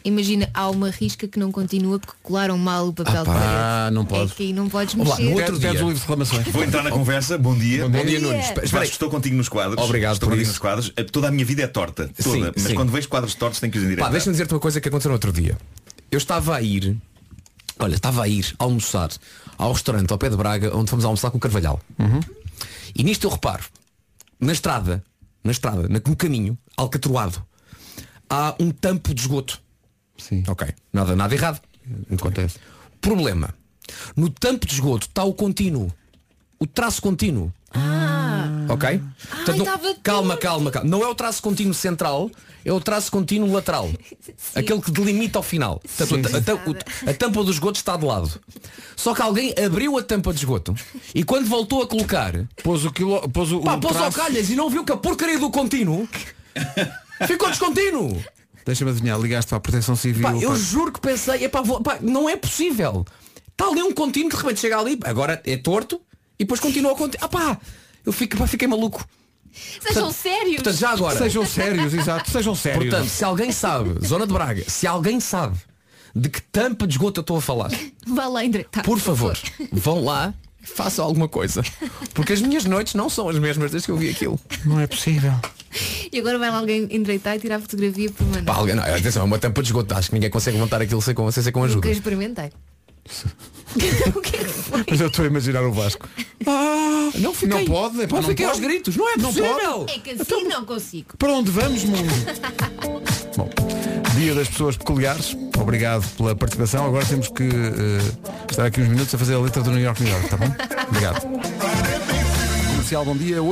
Imagina, há uma risca que não continua porque colaram mal o papel Ah, de pá, parede. não pode. É que aí não podes Olá, mexer. no outro Pedes dia. o livro de reclamações. Vou entrar na conversa. Bom dia. Bom dia, dia. Nunes. Espera Vasco, aí. estou contigo nos quadros. Obrigado Estou por contigo isso. nos quadros. Toda a minha vida é torta. Toda. Sim, Mas sim. quando vejo quadros tortos tenho que os Pá, endireitar. deixa-me dizer-te uma coisa que aconteceu no outro dia. Eu estava a ir, olha, estava a ir almoçar ao restaurante ao pé de Braga, onde fomos almoçar com o Carvalhal. E nisto eu reparo, na estrada, na estrada, na- no caminho, alcatroado, há um tampo de esgoto. Sim. Ok, nada, nada errado. Acontece. Problema. No tampo de esgoto está o contínuo. O traço contínuo. Ok? Portanto, não- estava calma, tudo. calma, calma. Não é o traço contínuo central, é o traço contínuo lateral. Aquele que delimita ao final. Portanto, Sim, a, tam- o- a tampa do esgoto está de lado. Só que alguém abriu a tampa de esgoto e quando voltou a colocar, Pôs o quilo, pôs o, pá, o pôs ao traço. calhas e não viu que a porcaria do contínuo ficou descontínuo. Deixa-me adivinhar, ligaste para a Proteção Civil. Pá, eu pá. juro que pensei, epá, vou- pá, não é possível. Está ali um contínuo, de repente chega ali, agora é torto e depois continua a contínuo. Ah pá, eu fico, pá, fiquei maluco. Sejam sérios. Portanto, já agora, Sejam sérios, exato, sejam sérios. portanto, se alguém sabe, Zona de Braga, se alguém sabe de que tampa de esgoto eu estou a falar, Vá lá endireitar. por favor, vão lá, façam alguma coisa. Porque as minhas noites não são as mesmas desde que eu vi aquilo. Não é possível. E agora vai lá alguém endireitar e tirar a fotografia por mandar. Pá, alguém, não, atenção, é uma tampa de esgoto, acho que ninguém consegue montar aquilo sem com, sem ser com Nunca ajuda. experimentei. O que é que foi? Mas eu estou a imaginar o Vasco. Não fiquei, Não pode, epá, não não fiquei pode. aos gritos, não é Não possível. É que assim não consigo. Para onde vamos, mundo? Bom, Dia das Pessoas Peculiares. Obrigado pela participação. Agora temos que eh, estar aqui uns minutos a fazer a letra do New York, New York, tá bom? Obrigado. Comercial, bom dia.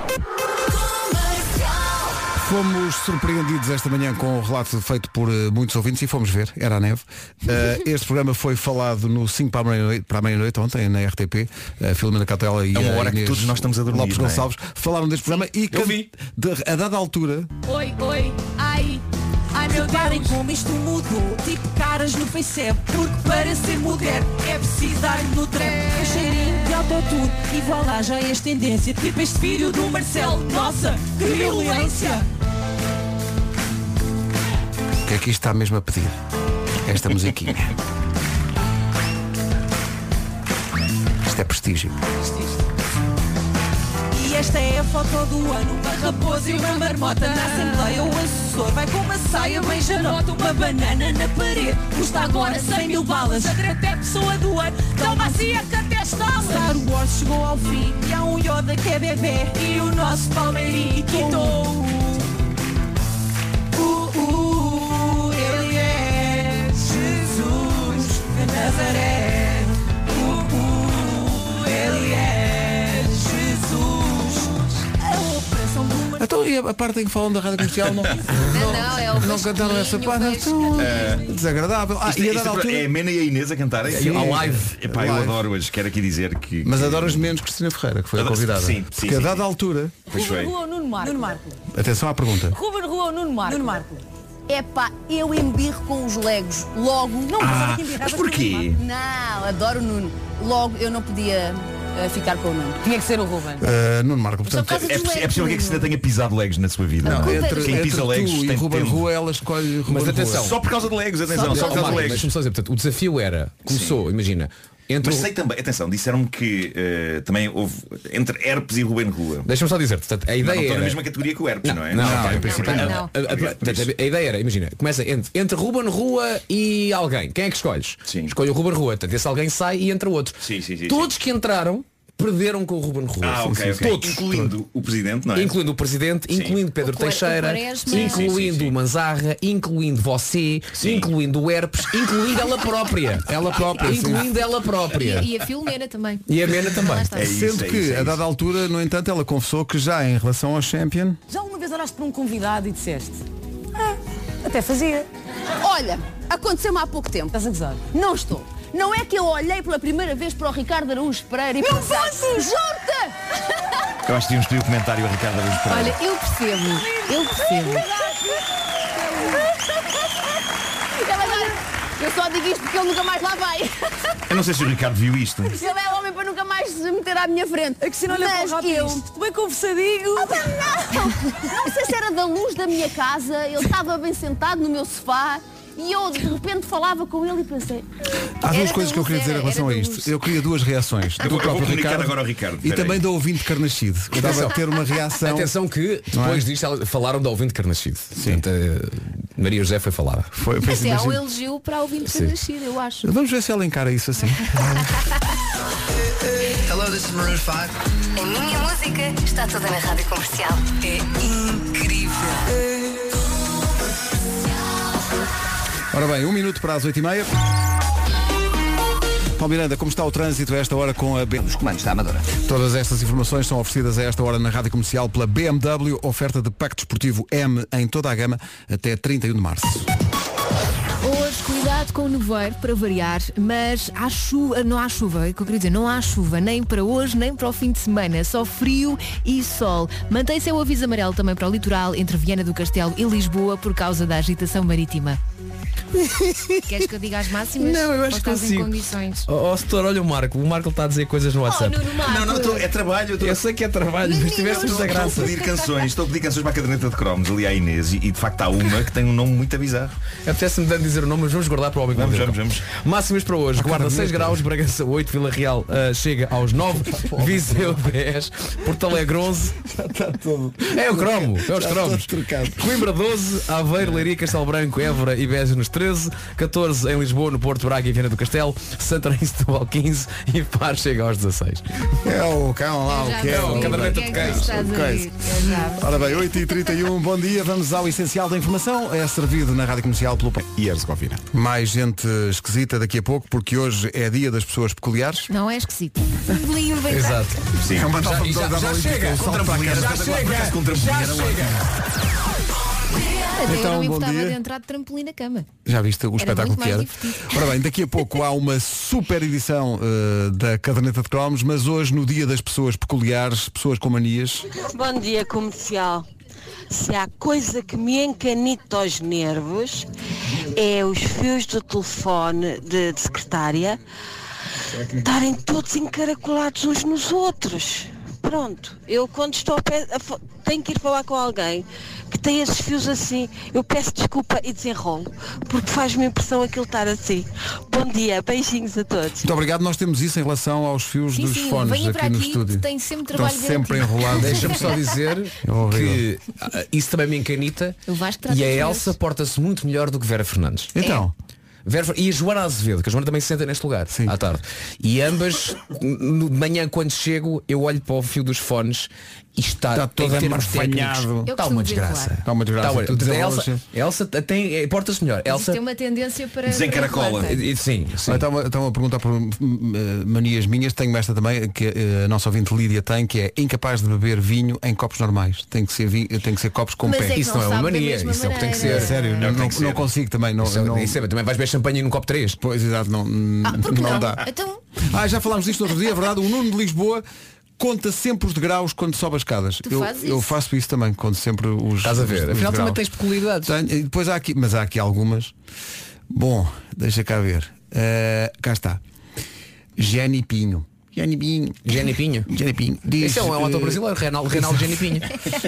Fomos surpreendidos esta manhã com o relato feito por eh, muitos ouvintes e fomos ver, era a neve. Eh, este programa foi falado no cinco para a meia-noite, para a meia-noite ontem na R T P. A Filomena Cautela e É uma a hora que Inês todos nós estamos a dormir, Lopes não é? Gonçalves falaram deste programa e eu vi. de- a dada altura Oi, oi, ai, ai meu Deus. Como isto mudou, tipo caras no FaceApp. Porque para ser mulher é preciso dar-lhe no trap. Um cheirinho de autotune e voilá já és tendência. Tipo este filho do Marcelo, nossa, que violência. o que é que isto está mesmo a pedir? Esta musiquinha. Isto é prestígio. E esta é a foto do ano. Uma raposa e uma marmota na Assembleia. O assessor vai com uma saia bem janota. Uma banana na parede. Custa agora cem mil balas. A Greta é pessoa do ano. Toma assim a que até está. Star Wars chegou ao fim. E há um Yoda que é bebê. E o nosso Palmeirinho quitou. Uh, uh, ele é Jesus de Nazaré. Uh, uh, ele é Jesus. A operação do mar... Então e a parte em que falam da rádio comercial não, Não, não, é o não cantaram essa parte? Então, desagradável. Ah, Isto, e a isto dada é, altura. é a Mena e a Inês a cantarem? Sim. Ao live. Epá, eu Live. adoro-as. Quero aqui dizer que... Mas que- adoras menos Cristina Ferreira, que foi a Adoro- convidada. sim, sim, Porque a sim, dada sim. altura. Pois foi. Rua ou Nuno Marco? Nuno Marco. Atenção à pergunta. Ruben Rua ou Nuno Marco? Nuno Marco. Epá, eu embirro com os Legos. Logo. Não, Ah, mas porquê? não, adoro o Nuno. Logo eu não podia eh, ficar com o Nuno. Tinha que ser o Ruben. Uh, Nuno Marco, Só por portanto. causa É, dos possi- é Legos, possível que a Cristina Nuno. tenha pisado Legos na sua vida. Não, não é? entre, Quem entre pisa tu Legos e tem Ruben tempo. Rua, ela escolhe Ruben Mas Rua. atenção. Só por causa de Legos, atenção, Não, só por causa de Marco, Legos. deixa-me só dizer, portanto, o desafio era, começou, imagina, entre Mas o- sei também, atenção, disseram-me que eh, também houve entre herpes e Ruben Rua. deixa-me só dizer, portanto, a Não ideia estou era... na mesma categoria que o herpes, não, é? Não, Não, ok. em princípio não. A- a- a- Obrigado por isso. a ideia era, imagina, começa entre, entre Ruben Rua e alguém. Quem é que escolhes? Sim. Escolhe o Ruben Rua, portanto, esse alguém sai e entra outro. Sim, sim, sim, Todos que entraram perderam com o Ruben Rua. Ah, Sim, ok, sim, ok. Todos. Incluindo o presidente, não é? Incluindo o Presidente, Sim. incluindo Pedro O Quar- Teixeira, o Quaresma. Sim, incluindo sim, sim, sim. o Manzarra, incluindo você, Sim. incluindo o Herpes, incluindo ela própria. Ela própria, sim. Incluindo ela própria. E, e a Filomena também. E a Mena também. Lá está. É isso, Sendo é que, isso, é a dada isso. altura, no entanto, ela confessou que já em relação ao Champion. Já alguma vez olhaste para um convidado e disseste? Ah, até fazia. Olha, aconteceu-me há pouco tempo. Estás a gozar? Não estou. Não é que eu olhei pela primeira vez para o Ricardo Araújo Pereira e pensei, juro-te! Eu acho que devíamos pedir o comentário a Ricardo Araújo Pereira. Olha, eu percebo, eu percebo. Ele agora, eu só digo isto porque ele nunca mais lá vai. Eu não sei se o Ricardo viu isto. Ele é homem para nunca mais se meter à minha frente. A Cristina olha para o Mas rato e eu... diz, bem conversadinho. Não, não sei se era da luz da minha casa, ele estava bem sentado no meu sofá E eu de repente falava com ele e pensei... Há duas Era coisas que eu da queria luz, dizer em era, relação a era da isto. luz. Eu queria duas reações. Eu Do vou, eu vou próprio comunicar Ricardo agora ao Ricardo. e Espera também aí. do ouvinte Carnascido. Gostava de ter uma reação. Atenção que Não é? depois disto ela- falaram do ouvinte Carnascido. Portanto, eh, Maria José foi falada. Foi, foi Mas assim, é um imagino. elogio para a ouvinte Sim. nascida, eu acho. Vamos ver se ela encara isso assim. Hello, this is Maroon five. A minha música está toda na Rádio Comercial. É incrível. Ora bem, um minuto para as oito e meia. Paulo Miranda, como está o trânsito a esta hora com a B M W? Os comandos da Amadora. Todas estas informações são oferecidas a esta hora na Rádio Comercial pela B M W, oferta de pacto desportivo M em toda a gama até trinta e um de março. Hoje, cuidado com o nevoeiro, para variar, mas há chuva, não há chuva, é o que eu queria dizer, não há chuva, nem para hoje, nem para o fim de semana, só frio e sol. Mantém-se o aviso amarelo também para o litoral, entre Viana do Castelo e Lisboa, por causa da agitação marítima. Queres que eu diga as máximas? Não, eu Ou acho que estás em consigo. condições? Ó oh, setor, olha o Marco. O Marco está a dizer coisas no Oh, WhatsApp. Nuno Marco. Não, não, tô- é trabalho. Eu sei que é trabalho, mas tiveste Estou muita estou a graça. pedir canções, estou a pedir canções para a caderneta de cromos ali à Inês e, e de facto há uma que tem um nome muito bizarro. Apetece-me tanto dizer o nome, mas vamos guardar para o homem que Vamos, mordeu o vamos, cão. Máximas para hoje. Guarda seis graus, Bragança oito, Vila Real uh, chega aos nove, Viseu dez, Porto Alegre onze. É o cromo, é os cromos. Coimbra doze, Aveiro, Leiria, Castelo Branco, Évora e Beja nos treze, catorze em Lisboa, no Porto, Braga e Viana do Castelo, Santarém e Setúbal quinze e Faro chega aos dezasseis. É o cão lá, Já o que é. percebi o- caderneta o que de é que cães. estás a Coisa. dizer. Eu já- Ora bem, oito e trinta e um, bom dia, vamos ao essencial da informação, é servido na Rádio Comercial pelo e Herzegovina. Mais gente esquisita daqui a pouco, porque hoje é dia das pessoas peculiares. Não é esquisito. Lindo, bem Exato. Sim. É uma Já, nova e já, modalidade já olímpica, chega, o salto para a trampolim, cara. era espetacular, por acaso com trampolim já era chega. Até Então, eu não me bom importava dia. de entrar de trampolim na cama. Já viste o espetáculo muito que era? mais divertido. Ora bem, daqui a pouco há uma super edição eh, da caderneta de cromos, mas hoje, no dia das pessoas peculiares, pessoas com manias, Bom dia, comercial. Se há coisa que me encanita aos nervos é os fios do telefone de, de secretária estarem todos encaracolados uns nos outros. Pronto, eu quando estou a pé, a fa- tenho que ir falar com alguém que tem esses fios assim, eu peço desculpa e desenrolo, porque faz-me impressão aquilo estar assim. Bom dia, beijinhos a todos. muito obrigado, nós temos isso em relação aos fios Sim, dos sim, fones venha aqui para no aqui, estúdio. que tem sempre Estão trabalho sempre garantido. enrolados. Deixa-me só dizer É horrível. que ah, isso também me encanita O Vasco trata e a dos Elsa meus. porta-se muito melhor do que Vera Fernandes. Então, Vera Fer- E a Joana Azevedo, que a Joana também se senta neste lugar Sim. à tarde. E ambas, no- de manhã quando chego, eu olho para o fio dos fones e está, Está todo em termos amarfanhado. técnicos, Eu está costumo uma dizer, desgraça. claro. está uma desgraça. Está uma- Tu a desenrolas- Elsa, Elsa tem, é, porta-se melhor. Mas Elsa, tem uma tendência para... Desencaracola. para- e- sim, sim. Olha, Estão estão a perguntar por hum, eh, manias minhas. Tenho esta também, que eh, a nossa ouvinte Lídia tem, que é incapaz de beber vinho em copos normais. Tem que ser, vinho, tem que ser copos com Mas pé. é que Isso não não é uma sabe da mania, mesma isso é o que tem que maneira. É ser. sério, É o não, que tem não, que ser. não consigo também. Não, Isso é- não- isso é- também vais beber champanhe num copo três. Pois, exato, não, Ah, porque não não? dá. Então, Ah, já falámos disto no outro dia, é verdade. O Nuno de Lisboa conta sempre os degraus quando sobe as escadas. Tu Eu, fazes eu isso? faço isso também, conto sempre os. Estás a ver? os- os Afinal também degraus. tens peculiaridades. Tenho, e depois há aqui, mas há aqui algumas. Bom, deixa cá ver. Eh, cá está. Jenny Pinho. Jenny Pinho. Jenny Pinho. Jenny Pinho. Diz, Esse é um, é um eh, ator brasileiro, Reinaldo, Reinaldo Jenny Pinho.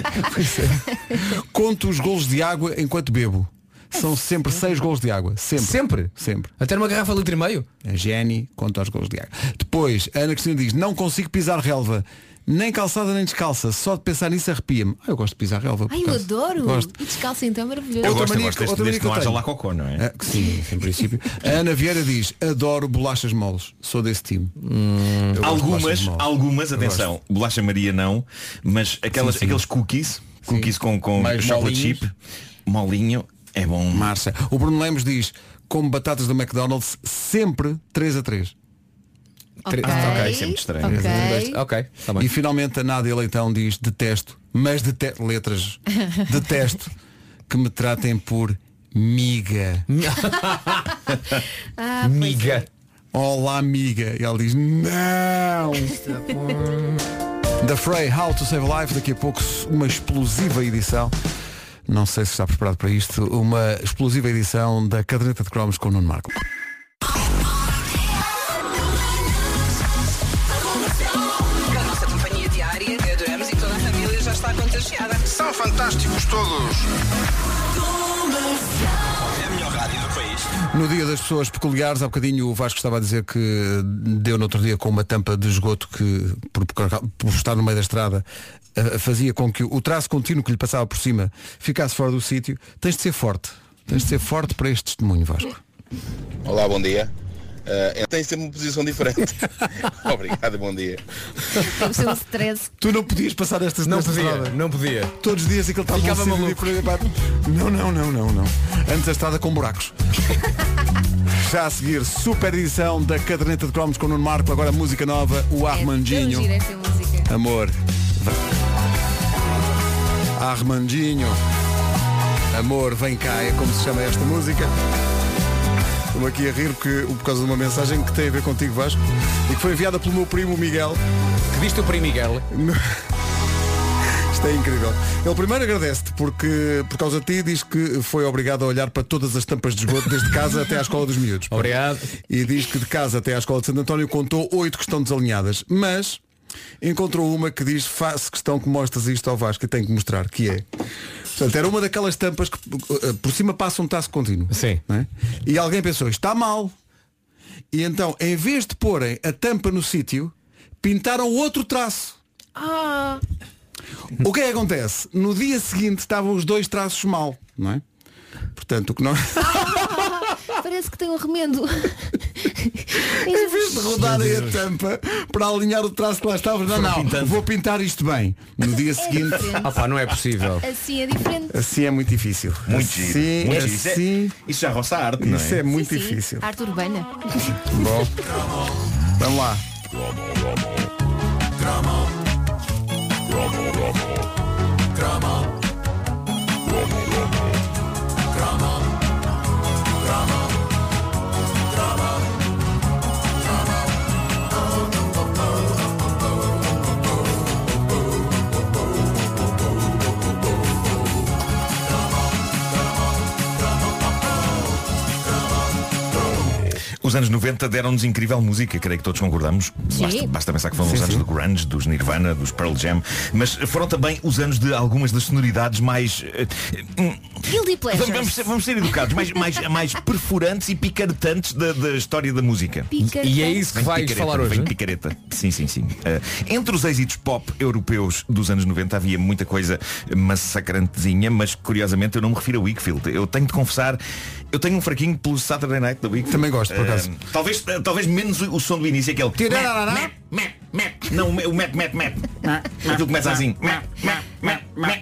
Conto os golos de água enquanto bebo. São sempre seis golos de água. Sempre. Sempre? Sempre. Até numa garrafa de litro e meio? A Jenny conta os golos de água. Depois, a Ana Cristina diz, não consigo pisar relva. Nem calçada nem descalça. Só de pensar nisso arrepia-me. Ah, eu gosto de pisar relva. por ai, eu acaso. adoro. Gosto. E descalça então é maravilhoso. Eu Outra gosto, eu mania gosto que- deste, outra desde que não mania que haja eu lá tenho. cocô, não é? Ah, que sim, em princípio. A Ana Vieira diz, adoro bolachas moles. Sou desse time. Eu gosto de bolachas Algumas, moles. algumas, atenção, bolacha Maria não, mas aquelas, Sim, sim. aqueles cookies, cookies com, com Mais chocolate molinhos. chip, molinho, é bom. Márcia. O Bruno Lemos diz, como batatas do McDonald's, sempre três a três. Ok, Ah, ok, sempre estranho. ok. Ok, está bem. E finalmente a Nádia Leitão diz, detesto, mas detesto, letras, detesto que me tratem por miga. Ah, Miga. Olá, amiga. E ela diz, não. Da Frey, How to Save a Life. Daqui a pouco uma explosiva edição. Não sei se está preparado para isto. Uma explosiva edição da Caderneta de Cromos com o Nuno Marco. A nossa companhia diária, adoramos e toda a família já está contagiada. São fantásticos todos. É a melhor rádio do país. No dia das pessoas peculiares, há bocadinho o Vasco estava a dizer que deu no outro dia com uma tampa de esgoto que, por, por estar no meio da estrada, fazia com que o traço contínuo que lhe passava por cima ficasse fora do sítio. Tens de ser forte. Tens de ser forte para este testemunho, Vasco. Olá, bom dia. Uh, tem sempre uma posição diferente. Obrigado, bom dia. Deve ser um stress. Tu não podias passar esta Não nesta podia, estrada. não podia. Todos os dias aquilo estava Ficava um maluco. Não, não, não, não, não. Antes a estrada com buracos. Já a seguir, super edição da Caderneta de Cromos com o Nuno Marco. Agora música nova, o Armandinho. É tão gira esta música. Amor. Armandinho. Amor, vem cá, é como se chama esta música. Estou aqui a rir porque, por causa de uma mensagem que tem a ver contigo, Vasco, e que foi enviada pelo meu primo Miguel. Que diz o primo Miguel? Isto é incrível. Ele primeiro agradece-te porque, por causa de ti, diz que foi obrigado a olhar para todas as tampas de esgoto desde casa até à escola dos miúdos. Obrigado. E diz que de casa até à escola de Santo António contou oito que estão desalinhadas. Mas encontrou uma que diz: faço questão que mostres isto ao Vasco, e tenho que mostrar, que é. Portanto, era uma daquelas tampas que por cima passa um traço contínuo. Sim. Não é? E alguém pensou, está mal. E então, em vez de porem a tampa no sítio, pintaram outro traço. Ah. O que é que acontece? No dia seguinte estavam os dois traços mal, não é? Portanto, o que nós... Parece que tem um remendo. Em vez de rodarem a tampa para alinhar o traço que lá estava, não, não, pintando. vou pintar isto bem. No dia seguinte... Ah pá, não é possível. Assim é diferente. Assim é muito difícil. Muito assim, giro. Muito giro. Isso, assim, é, isso já roça a arte, não isso é? é muito Sim, sim. difícil. Arte urbana. Bom, vamos lá. Os anos noventa deram-nos incrível música, creio que todos concordamos. Basta, basta pensar que foram Sim, os anos sim. do grunge, dos Nirvana, dos Pearl Jam, mas foram também os anos de algumas das sonoridades mais... eh, hum, Guilty pleasures. vamos, ser, vamos ser educados, mais, mais, mais perfurantes e picaretantes da, da história da música. Picareta. E é isso que Vem vais picareta, falar hoje, vem hein? picareta. Sim, sim, sim. Uh, entre os êxitos pop europeus dos anos noventa havia muita coisa massacrantezinha, mas curiosamente eu não me refiro a Wakefield. Eu tenho de confessar, eu tenho um fraquinho pelo Saturday Night da Wakefield. Também gosto, por acaso. Uh, talvez, uh, talvez menos o, o som do início, aquele map, map, map. Não, o map, map, map. Aquilo começa assim. Map, map, map, map.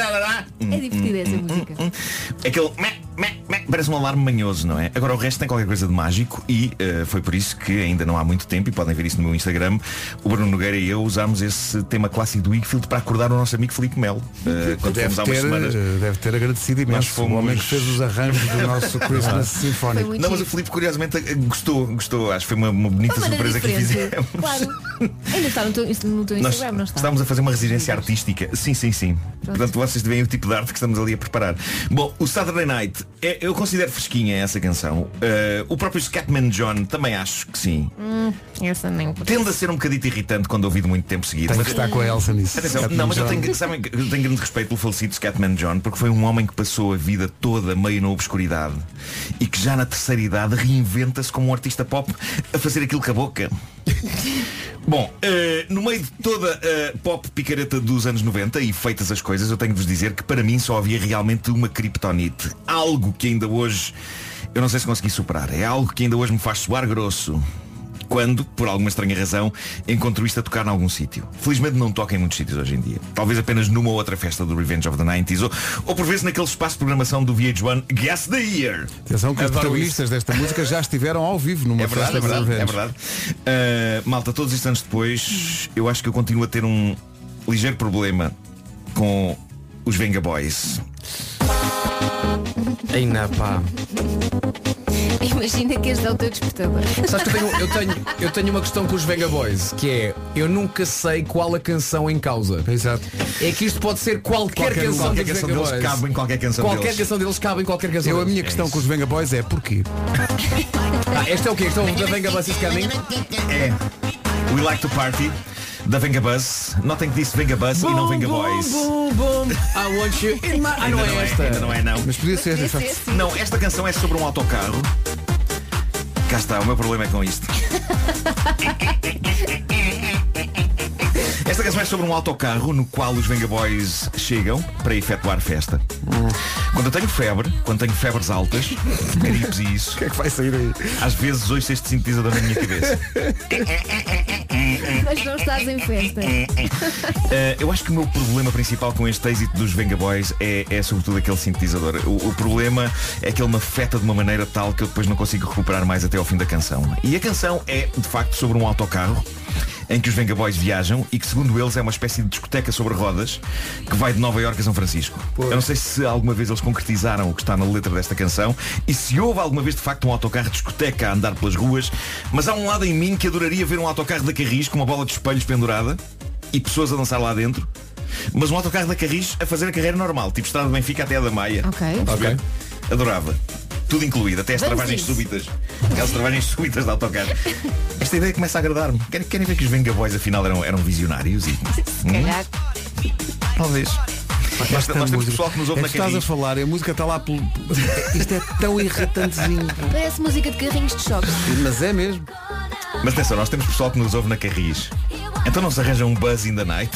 É divertida essa música. Aquele meh, meh, meh, parece um alarme manhoso, não é? Agora o resto tem qualquer coisa de mágico e uh, foi por isso que ainda não há muito tempo, e podem ver isso no meu Instagram, o Bruno Nogueira e eu usámos esse tema clássico do Wakefield para acordar o nosso amigo Filipe Melo. Uh, quando Deve fomos há umas ter, semanas. deve ter agradecido Nós imenso fomos- o homem que fez os arranjos do nosso Christmas Foi Sinfónico. muito Não, mas o giro. Filipe curiosamente uh, gostou, gostou. Acho que foi uma, uma bonita De uma maneira surpresa que diferente. fizemos. Claro. Ainda está no teu, no teu Nós Instagram, não está? estávamos a fazer uma residência artística. Sim, sim, sim. Portanto, vocês veem o tipo de arte que estamos ali a preparar. Bom, o Saturday Night, é- eu considero fresquinha essa canção. Uh, o próprio Scatman John também acho que sim. Hum, essa nem. Tende a ser um bocadito irritante quando ouvido muito tempo seguido. Tem Mas- que estar com a Elsa nisso. Atenção, Scatman não, mas eu John. tenho, sabem, que eu tenho grande respeito pelo falecido Scatman John, porque foi um homem que passou a vida toda meio na obscuridade e que já na terceira idade reinventa-se como um artista pop a fazer aquilo com a boca. Bom, uh, no meio de toda a pop picareta dos anos noventa e feitas as coisas, eu tenho de vos dizer que para mim só havia realmente uma criptonite. Algo que ainda hoje, eu não sei se consegui superar, é algo que ainda hoje me faz soar grosso. Quando, por alguma estranha razão, encontro isto a tocar em algum sítio. Felizmente não toca em muitos sítios hoje em dia. Talvez apenas numa ou outra festa do Revenge of the nineties ou, ou por vezes naquele espaço de programação do V H one Guess the Year. Atenção que os Adoro protagonistas desta música já estiveram ao vivo numa É verdade, festa é verdade, de é eventos. verdade. Uh, malta, todos estes anos depois, eu acho que eu continuo a ter um ligeiro problema com os Venga Boys. Ainda pá. Imagina que este é o teu despertador. Sabes que eu tenho, eu, tenho, eu tenho uma questão com os Venga Boys, que é, eu nunca sei qual a canção em causa. Exato. É que isto pode ser qualquer, Qualquer, canção, qualquer dos canção Venga deles Boys. cabe em qualquer canção Qualquer deles. canção deles cabe em qualquer canção Eu, a deles. minha questão isso. com os Venga Boys é porquê? Ah, este é o quê? Este é o da Venga Boys is Coming? É We Like to Party. da Venga Buzz. Notem que disse Venga Buzz boom, e não Venga boom, Boys. Boom, boom. I want you in my... Ah, não é esta. Ainda não é, não. Mas podia ser esta. Não, esta canção é sobre um autocarro. Cá está, o meu problema é com isto. Esta canção é sobre um autocarro no qual os Venga Boys chegam para efetuar festa. Hum. Quando eu tenho febre, quando tenho febres altas, gripes e isso, o que é que vai sair aí? Às vezes ouço este sintetizador na minha cabeça. Mas não estás em festa. uh, Eu acho que o meu problema principal com este êxito dos Venga Boys é, é sobretudo aquele sintetizador. O, o problema é que ele me afeta de uma maneira tal que eu depois não consigo recuperar mais até ao fim da canção. E a canção é, de facto, sobre um autocarro em que os Venga Boys viajam e que, segundo eles, é uma espécie de discoteca sobre rodas que vai de Nova Iorque a São Francisco. Pois. Eu não sei se alguma vez eles concretizaram o que está na letra desta canção e se houve alguma vez, de facto, um autocarro de discoteca a andar pelas ruas, mas há um lado em mim que adoraria ver um autocarro da Carris com uma bola de espelhos pendurada e pessoas a dançar lá dentro, mas um autocarro da Carris a fazer a carreira normal, tipo Estrada de Benfica até a da Maia. Ok. Okay. Adorava. Tudo incluído, até as Vamos travagens isso. súbitas. Aquelas travagens súbitas de autocarro. Esta ideia começa a agradar-me. Querem, querem ver que os Venga Boys afinal eram, eram visionários? E... Se calhar. Hum? Talvez. Nós, nós temos pessoal que nos ouve é na que estás Carris. a falar, a música está lá pelo... Isto é tão irritantezinho. Parece música de carrinhos de choque. Mas é mesmo. Mas atenção, nós temos pessoal que nos ouve na Carris. Então não se arranja um buzz in the night?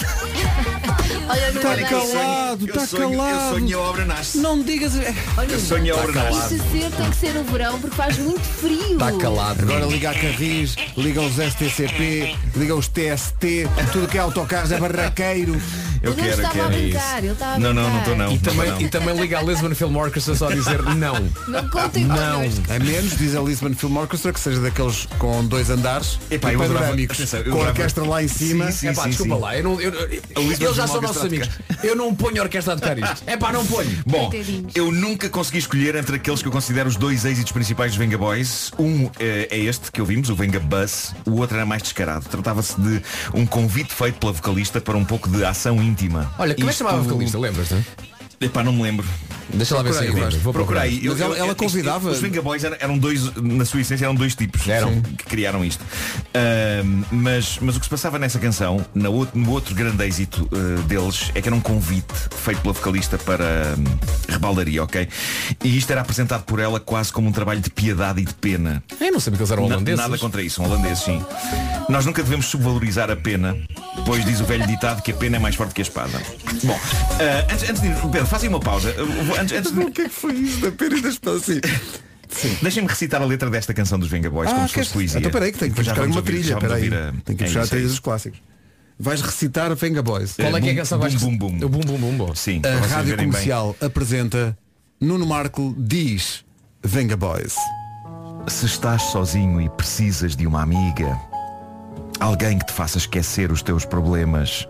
Olha, Está calado, está calado. Eu sonho a obra nasce. Não digas. Olha, eu sonho a obra tá nasce. Se ser, tem que ser no verão porque faz muito frio. Está calado. Agora liga a Carris, liga os S T C P, liga os T S T, tudo que é autocarros é barraqueiro. Eu Eu não quero, eu estava quero a brincar, ele estava a Não, não, não brincar. estou não. E não, também, não. e também liga a Lisbon Film Orchestra só a dizer não. Não contem Não. connosco. A menos, diz a Lisbon Film Orchestra, que seja daqueles com dois andares Epá, e eu adorava- panorâmicos, atenção, eu com a adorava- orquestra lá em cima. Sim, sim, Epá, sim, desculpa sim. lá, eu não, eu, eu- Lisbon eles já Film são nossos Orchestra amigos. Eu não ponho a orquestra a tocar isto. É pá, não ponho. Bom, Coitadinhos. eu nunca consegui escolher entre aqueles que eu considero os dois êxitos principais dos Venga Boys. Um eh, é este que ouvimos, o Venga Buzz. O outro era mais descarado. Tratava-se de um convite feito pela vocalista para um pouco de ação íntima. Olha, como é que Isto- chamava a vocalista? Lembras-te? Epá, não me lembro. Deixa lá ver se Procura eu aí, lembro. Vou Procura procurar. aí. Eu- Mas ela- eu- ela isto- convidava- Os Venga Boys eram, eram dois, na sua essência, eram dois tipos Eram. que criaram isto. Ahm, mas, mas o que se passava nessa canção, na outro, no outro grande êxito uh, deles, é que era um convite feito pela vocalista para hum, rebaldaria, ok? E isto era apresentado por ela quase como um trabalho de piedade e de pena. Eu não sabia que eles eram Na- holandeses. Nada contra isso, um holandês, sim. Nós nunca devemos subvalorizar a pena, pois diz o velho ditado que a pena é mais forte que a espada. Bom, ah, antes, antes de... Pedro, faça aí uma pausa. Eu vou- Antes, antes de... O que é que foi isso da pena e da espada assim? Sim. Deixem-me recitar a letra desta canção dos Venga Boys, Ah, como se queres... fosse poesia. Então peraí que tenho que Depois já buscar vamos uma ouvir- trilha. já vamos Peraí. ouvir a- Tenho que é buscar a isso, é trilha isso. dos clássicos. Vais recitar Venga Boys. Qual é que é a Bum, canção que vais... bum, bum, bum. O bum bum bum bum. Sim, A para vocês Rádio verem bem. Comercial apresenta Nuno Marco diz Venga Boys. Se estás sozinho e precisas de uma amiga, alguém que te faça esquecer os teus problemas,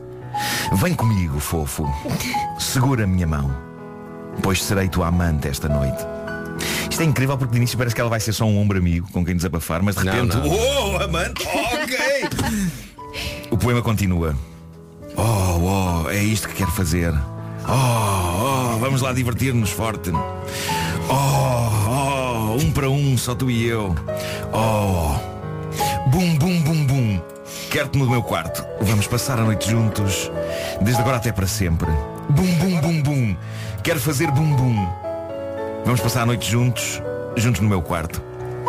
vem comigo, fofo. Segura a minha mão, pois serei tua amante esta noite. Isto é incrível porque de início parece que ela vai ser só um ombro amigo com quem desabafar, mas de Não, repente, não. oh, amante, ok. O poema continua. Oh, oh, é isto que quero fazer. Oh, oh, vamos lá divertir-nos forte. Oh, oh, um para um, só tu e eu. Oh, bum, bum, bum, bum. Quero-te no meu quarto. Vamos passar a noite juntos, desde agora até para sempre. Bum, bum, bum, bum. Quero fazer bum, bum. Vamos passar a noite juntos, juntos no meu quarto.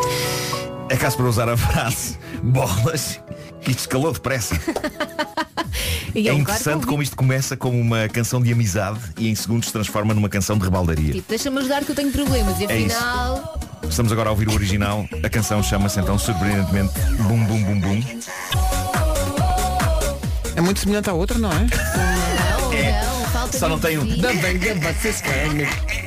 É caso para usar a frase bolas, que isto escalou depressa. E É um interessante claro como isto começa como uma canção de amizade e em segundos se transforma numa canção de rebaldaria. Tipo, deixa-me ajudar que eu tenho problemas. E É isso. afinal. Estamos agora a ouvir o original. A canção chama-se então surpreendentemente Bum Bum Bum Bum. É muito semelhante à outra, não é? Não, É. não, falta Só não de tem um- vida. Da Venga vocês querem.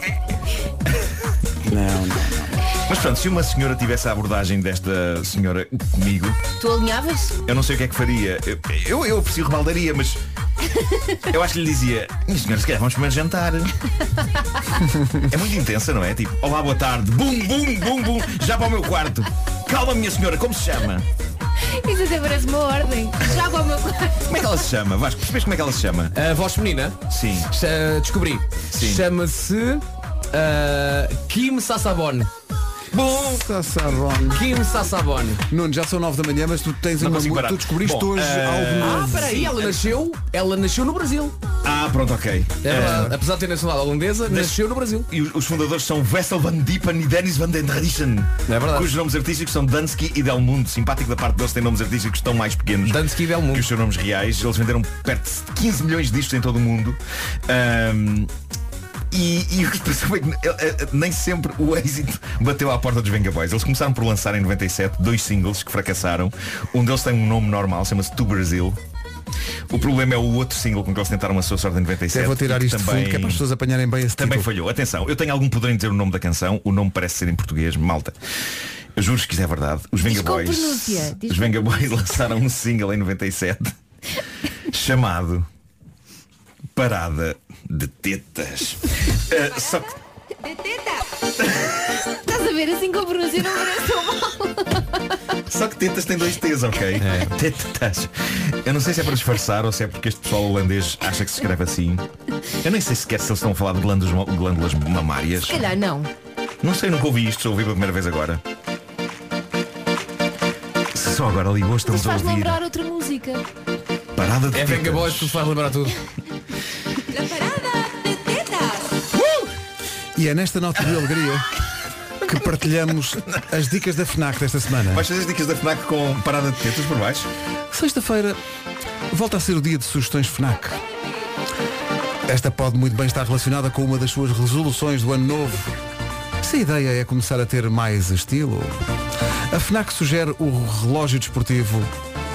Não, não. Mas pronto, se uma senhora tivesse a abordagem desta senhora comigo, Tu alinhavas? eu não sei o que é que faria. Eu, eu, eu aprecio rebaldaria, mas eu acho que lhe dizia, minha senhora, se calhar vamos primeiro jantar. É muito intensa, não é? Tipo, olá, boa tarde, bum, bum, bum, bum, já para o meu quarto. Calma, minha senhora, como se chama? Isso até parece uma ordem. Já para o meu quarto. Como é que ela se chama? Vasco, percebes como é que ela se chama? A voz feminina? Sim. Cha- Descobri. Sim. Chama-se uh, Kim Sassabone. Bom, Sassabone. Kim Sassabone. Nuno, já são nove da manhã, mas tu tens Não uma consigo mu- parar. tu descobriste Bom, hoje eh, algo Ah, novo. peraí, ela nasceu, ela nasceu no Brasil. Ah, pronto, ok. É verdade. Apesar de ter nacionalidade holandesa, nasceu no Brasil. E os, os fundadores são Wessel van Diepen e Dennis van den Driessen. É verdade. Cujos nomes artísticos são Dansky e Del Mundo. Simpático da parte deles, têm nomes artísticos tão mais pequenos Dansky e Del Mundo que os seus nomes reais. Eles venderam perto de quinze milhões de discos em todo o mundo. Ahm, E, e o que se passou foi que eh, eh, nem sempre o êxito bateu à porta dos Venga Boys. Eles começaram por lançar em noventa e sete dois singles que fracassaram. Um deles tem um nome normal, chama-se To Brazil. O problema é o outro single com que eles tentaram a sua sorte em noventa e sete. Eu vou tirar e isto de fundo, que é para as pessoas apanharem bem esse Também título. falhou. Atenção, eu tenho algum poder em dizer o nome da canção. O nome parece ser em português. Malta, eu juro que isto é verdade. Os Venga Diz com Boys pronúncia. Diz Os com Venga Boys lançaram um single em noventa e sete chamado Parada de Tetas. Uh, só que Estás a ver, assim com pronúncia não parece tão mal. Só que tetas tem dois T's, ok? É. Tetas. Eu não sei se é para disfarçar ou se é porque este pessoal holandês acha que se escreve assim. Eu nem sei sequer se eles estão a falar de glândulas, glândulas mamárias. Se calhar não. Não sei, nunca ouvi isto, só ouvi pela primeira vez agora. Só agora ali hoje Mas estamos a faz ouvir lembrar outra música. Parada de É Tetas. Venga Boys, tu faz lembrar tudo. E é nesta nota de alegria que partilhamos as dicas da FNAC desta semana. Vais fazer as dicas da FNAC com Parada de Tetas por baixo? Sexta-feira volta a ser o dia de sugestões FNAC. Esta pode muito bem estar relacionada com uma das suas resoluções do ano novo. Se a ideia é começar a ter mais estilo, a FNAC sugere o relógio desportivo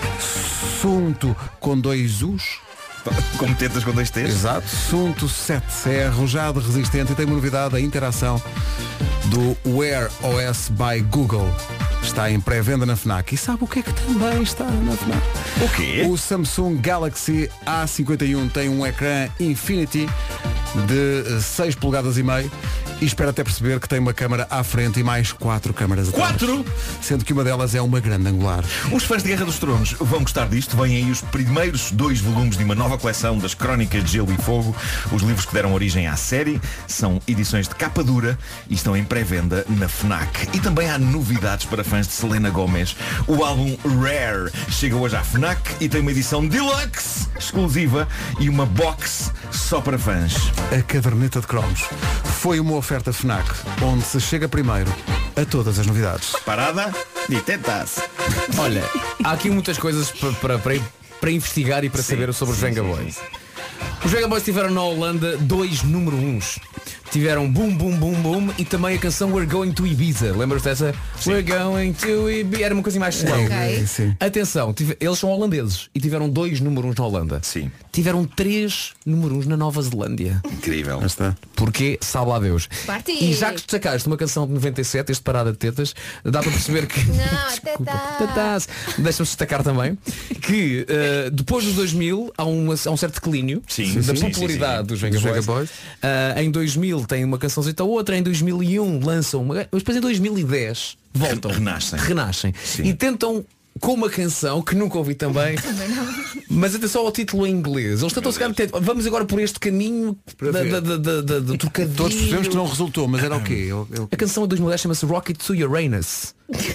Sunto com dois U's. Como tetas com dois T's? Exato, Sunto sete. É arrojado, resistente e tem uma novidade, a interação do Wear O S by Google. Está em pré-venda na FNAC. E sabe o que é que também está na FNAC? O quê? O Samsung Galaxy A cinquenta e um tem um ecrã Infinity de seis polegadas e meio e espera até perceber que tem uma câmara à frente e mais quatro câmaras atrás. Quatro? Sendo que uma delas é uma grande angular. Os fãs de Guerra dos Tronos vão gostar disto. Vêm aí os primeiros dois volumes de uma nova coleção das Crónicas de Gelo e Fogo. Os livros que deram origem à série são edições de capa dura e estão em pré-venda na FNAC. E também há novidades para fãs de Selena Gomez. O álbum Rare chega hoje à FNAC e tem uma edição deluxe exclusiva e uma box só para fãs. A caderneta de cromos foi uma oferta FNAC, onde se chega primeiro a todas as novidades. Parada de tetas. Olha, há aqui muitas coisas para, para, para, para investigar e para Sim, saber sobre sim, os Venga sim, Boys. sim. Os Venga Boys tiveram na Holanda dois número uns. Tiveram Boom Boom Boom Boom e também a canção We're Going to Ibiza. Lembras dessa? Sim. We're Going to Ibiza. Era uma coisa mais slow. Ok. Sim. Atenção, tive- eles são holandeses e tiveram dois número uns na Holanda. Sim. Tiveram três número uns na Nova Zelândia. Incrível. Lá está. Porque sabe lá Deus. Parti. E já que destacaste uma canção de noventa e sete, este Parada de Tetas, dá para perceber que. Não, Desculpa. tetas. Tetas. Deixa-me destacar também que eh, depois dos dois mil há, uma- há um certo declínio Sim, da sim, sim, popularidade sim, sim. dos Venga Dos Boys. Venga Boys. Eh, em dois mil tem uma cançãozita ou outra, em dois mil e um lançam uma, mas depois em dois mil e dez voltam. Renascem. Renascem. Sim. E tentam com uma canção que nunca ouvi também. Mas atenção ao título em inglês. Eles tentam chegar, vamos agora por este caminho da, ver. da, da, da, da, do trocadilho. Todos percebemos que não resultou, mas era o quê? Eu- eu- A canção de dois mil e dez chama-se Rocket to Uranus.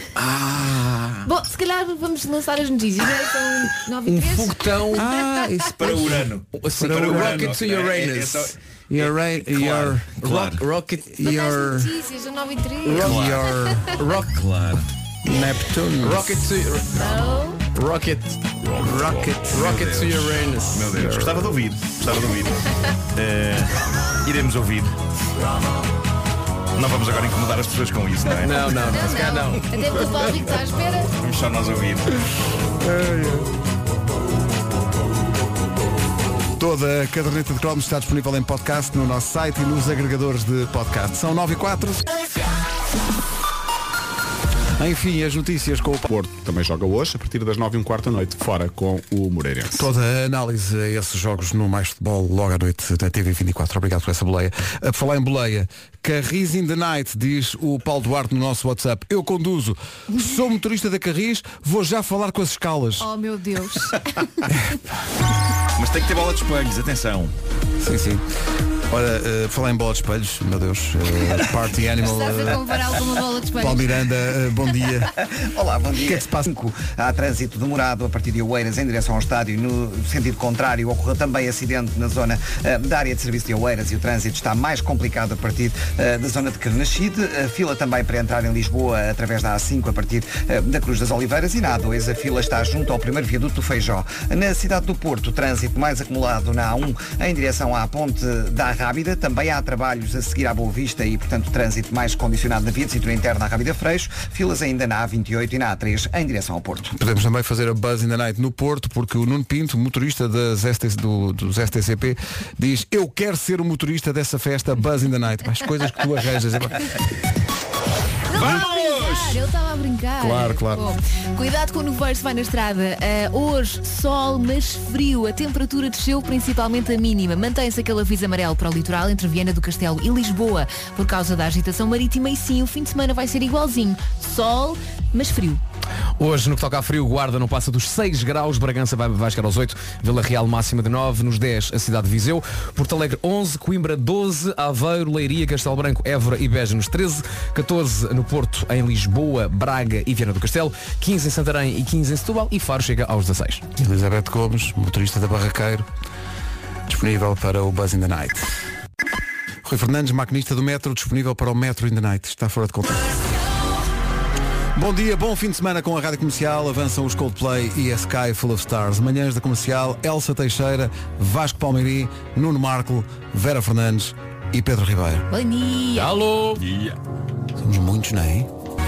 Bom, se calhar vamos lançar as notícias, não é? São nove e Um três. foguetão. Ah, isso Para o Urano. Assim, Para o Urano. Rocket to É- é- é Uranus. só- Your, ra- your, Claro. Rock, rocket. Mas your, as notícias, são nove e três. your Rock, Claro. Neptune. rocket to Não. Rocket. Rocket. Rocket to Deus. Uranus. Meu Deus, gostava de ouvir. Gostava de ouvir. Eh, iremos ouvir. Não vamos agora incomodar as pessoas com isso, não é? Não, não, não. Se calhar não. Até porque o Paulo Rico está à espera. Vamos só nós ouvir. Toda a caderneta de cromos está disponível em podcast no nosso site e nos agregadores de podcast. São nove e quatro. Enfim, as notícias com o Porto também joga hoje, a partir das nove e um quarto da noite, fora com o Moreirense. Toda a análise a esses jogos no Mais Futebol logo à noite na T V vinte e quatro. Obrigado por essa boleia. A falar em boleia, Carris in the Night, diz o Paulo Duarte no nosso WhatsApp. Eu conduzo, sou motorista da Carris, vou já falar com as escalas. Oh meu Deus. Mas tem que ter bola de espelhos, atenção. Sim, sim. Olha, uh, falar em bola de espelhos, meu Deus, uh, Party Animal. Estás a comparar com uma bola de espelhos. Paulo Miranda, uh, bom dia. Olá, bom dia. O que é que se passa? Há trânsito demorado a partir de Oeiras em direção ao estádio. No sentido contrário, ocorreu também acidente na zona uh, da área de serviço de Oeiras e o trânsito está mais complicado a partir uh, da zona de Carnaxide. A fila também para entrar em Lisboa através da A cinco a partir uh, da Cruz das Oliveiras e na A dois a fila está junto ao primeiro viaduto do Feijó. Na cidade do Porto, trânsito mais acumulado na A um em direção à ponte da Rábida. Também há trabalhos a seguir à Boa Vista e, portanto, trânsito mais condicionado na via de cintura interna à Rábida Freixo. Filas ainda na A vinte e oito e na A três em direção ao Porto. Podemos também fazer a Buzz in the Night no Porto, porque o Nuno Pinto, motorista das S T, do, dos S T C P, diz: eu quero ser o motorista dessa festa Buzz in the Night. As coisas que tu arranjas. Vamos! Ele estava a brincar. Claro, claro. Bom, cuidado com o nevoeiro se vai na estrada. Uh, hoje, sol, mas frio. A temperatura desceu, principalmente a mínima. Mantém-se aquele aviso amarelo para o litoral entre Viana do Castelo e Lisboa, por causa da agitação marítima. E sim, o fim de semana vai ser igualzinho. Sol, mas frio. Hoje, no que toca a frio, Guarda não passa dos seis graus, Bragança vai, vai chegar aos oito, Vila Real máxima de nove, nos dez a cidade de Viseu, Porto Alegre onze, Coimbra doze, Aveiro, Leiria, Castelo Branco, Évora e Beja nos treze, catorze no Porto, em Lisboa, Braga e Viana do Castelo, quinze em Santarém e quinze em Setúbal e Faro chega aos dezasseis. Elizabeth Gomes, motorista da Barraqueiro, disponível para o Buzz in the Night. Rui Fernandes, maquinista do metro, disponível para o Metro in the Night. Está fora de controle. Bom dia, bom fim de semana com a Rádio Comercial. Avançam os Coldplay e a Sky Full of Stars. Manhãs da Comercial, Elsa Teixeira, Vasco Palmeiri, Nuno Marco, Vera Fernandes e Pedro Ribeiro. Bom dia. Alô. Yeah. Somos muitos, não é?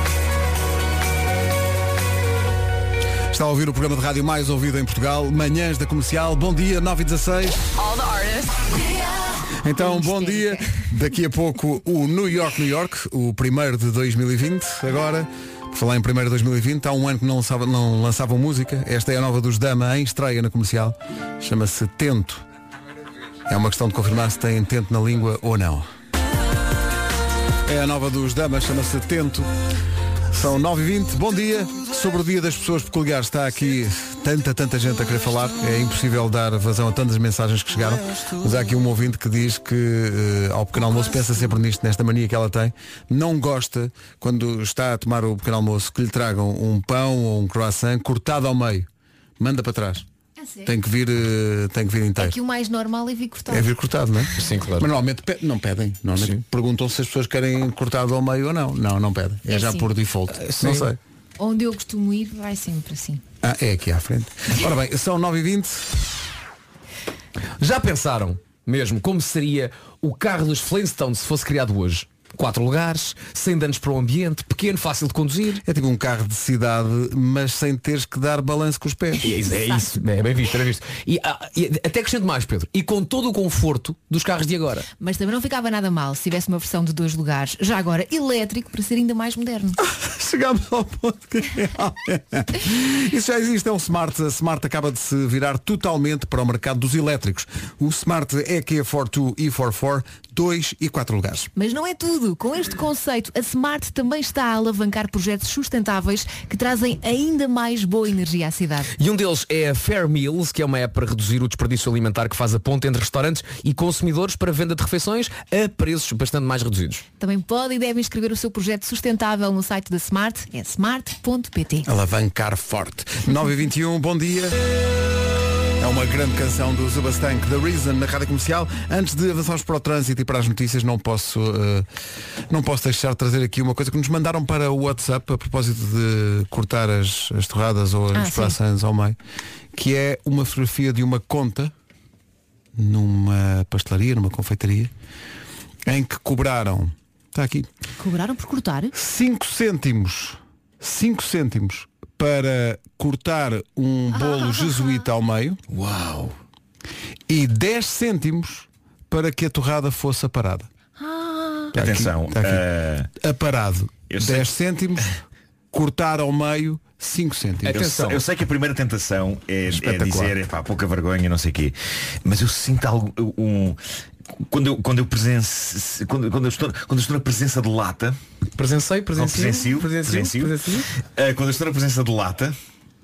Está a ouvir o programa de rádio mais ouvido em Portugal, Manhãs da Comercial. Bom dia, nove e dezasseis. All the artists. Então, bom dia. Daqui a pouco o New York, New York, o primeiro de dois mil e vinte. Agora, por falar em primeiro de dois mil e vinte, há um ano que não lançavam, não lançavam música. Esta é a nova dos Dama em estreia na Comercial. Chama-se Tento. É uma questão de confirmar se tem tento na língua ou não. É a nova dos Dama, chama-se Tento. São nove e vinte, bom dia. Sobre o dia das pessoas peculiares está aqui tanta, tanta gente a querer falar. É impossível dar vazão a tantas mensagens que chegaram. Mas há aqui um ouvinte que diz que uh, ao pequeno almoço pensa sempre nisto, nesta mania que ela tem. Não gosta, quando está a tomar o pequeno almoço, que lhe tragam um pão ou um croissant cortado ao meio. Manda para trás. Tem que vir, uh, tem que vir inteiro. É que o mais normal é vir cortado. É vir cortado, não é? Sim, claro. Mas normalmente pe- não pedem. Normalmente Sim. perguntam se as pessoas querem cortado ao meio ou não. Não, não pedem. É, é já assim. Por default. Uh, não sei. Onde eu costumo ir vai sempre assim. Ah, é aqui à frente. Ora bem, são nove e vinte. Já pensaram mesmo como seria o carro dos Flintstones se fosse criado hoje? Quatro lugares, sem danos para o ambiente, pequeno, fácil de conduzir. É tipo um carro de cidade, mas sem teres que dar balanço com os pés. É isso, é, isso. é bem visto, é bem visto. E, ah, e até acrescento mais, Pedro, e com todo o conforto dos carros de agora. Mas também não ficava nada mal se tivesse uma versão de dois lugares, já agora elétrico, para ser ainda mais moderno. Chegámos ao ponto que isso já existe, é um Smart. A Smart acaba de se virar totalmente para o mercado dos elétricos. O Smart E Q quarenta e dois e quarenta e quatro, dois e quatro lugares. Mas não é tudo. Com este conceito, a Smart também está a alavancar projetos sustentáveis que trazem ainda mais boa energia à cidade. E um deles é a Fair Meals, que é uma app para reduzir o desperdício alimentar que faz a ponte entre restaurantes e consumidores para venda de refeições a preços bastante mais reduzidos. Também pode e deve inscrever o seu projeto sustentável no site da Smart, é smart ponto pt. Alavancar forte. nove e vinte e um, bom dia. É uma grande canção do Zubastank, The Reason, na Rádio Comercial. Antes de avançarmos para o trânsito e para as notícias, não posso, uh, não posso deixar de trazer aqui uma coisa que nos mandaram para o WhatsApp a propósito de cortar as, as torradas ou as croissants ao meio, que é uma fotografia de uma conta numa pastelaria, numa confeitaria, em que cobraram, está aqui, cobraram por cortar cinco cêntimos, cinco cêntimos para cortar um bolo jesuíta ao meio. Uau! E dez cêntimos para que a torrada fosse aparada. Ah. Tá aqui, Atenção, tá aqui. Uh... Aparado. dez cêntimos, cortar ao meio cinco cêntimos. Eu sei, eu sei que a primeira tentação é, é dizer, pá, pouca vergonha, não sei o quê. Mas eu sinto algo, um... Quando eu, quando eu presencio, quando, quando, eu estou, quando eu estou na presença de lata, presenciei, presencio, presencio, presencio, presencio, presencio. Uh, quando eu estou na presença de lata,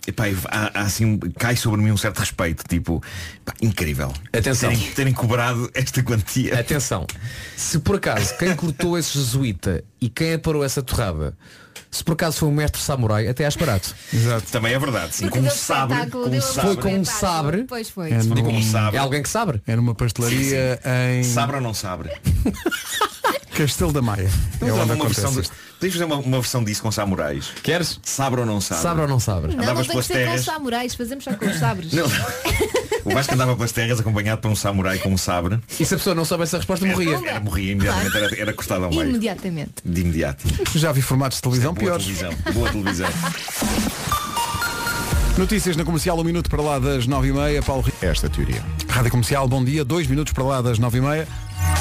epá, há, há, assim, cai sobre mim um certo respeito. Tipo, pá, incrível. Atenção. Terem, terem cobrado esta quantia. Atenção. Se por acaso quem cortou esse jesuíta e quem aparou essa torrada, se por acaso foi um mestre samurai, até acho barato. Exato. Também é verdade, sim. Porque Com um deu sabre. espetáculo, Com um deu sabre. Foi com um sabre. Pois foi. É, Foi num- com um sabre. É alguém que sabe? é numa pastelaria em Sabre ou não sabre? Castelo da Maia. É Vamos onde fazer uma versão acontece de... isto. Tens de fazer uma, uma versão disso com samurais. Queres? Sabre ou não sabre? Sabe ou não sabe? Não, não Andavas tem que pelas ser com terras. os samurais, fazemos só com os sabres. Não. O Vasco andava pelas terras acompanhado por um samurai com um sabre. E se a pessoa não soubesse a resposta, morria. Era, era morria imediatamente, era, era cortado ao meio. Imediatamente. De imediato. Já vi formatos de televisão Boa piores. televisão. Boa televisão. Notícias na Comercial, um minuto para lá das nove e meia. Paulo Rico. Esta teoria. Rádio Comercial, bom dia. Dois minutos para lá das nove e meia.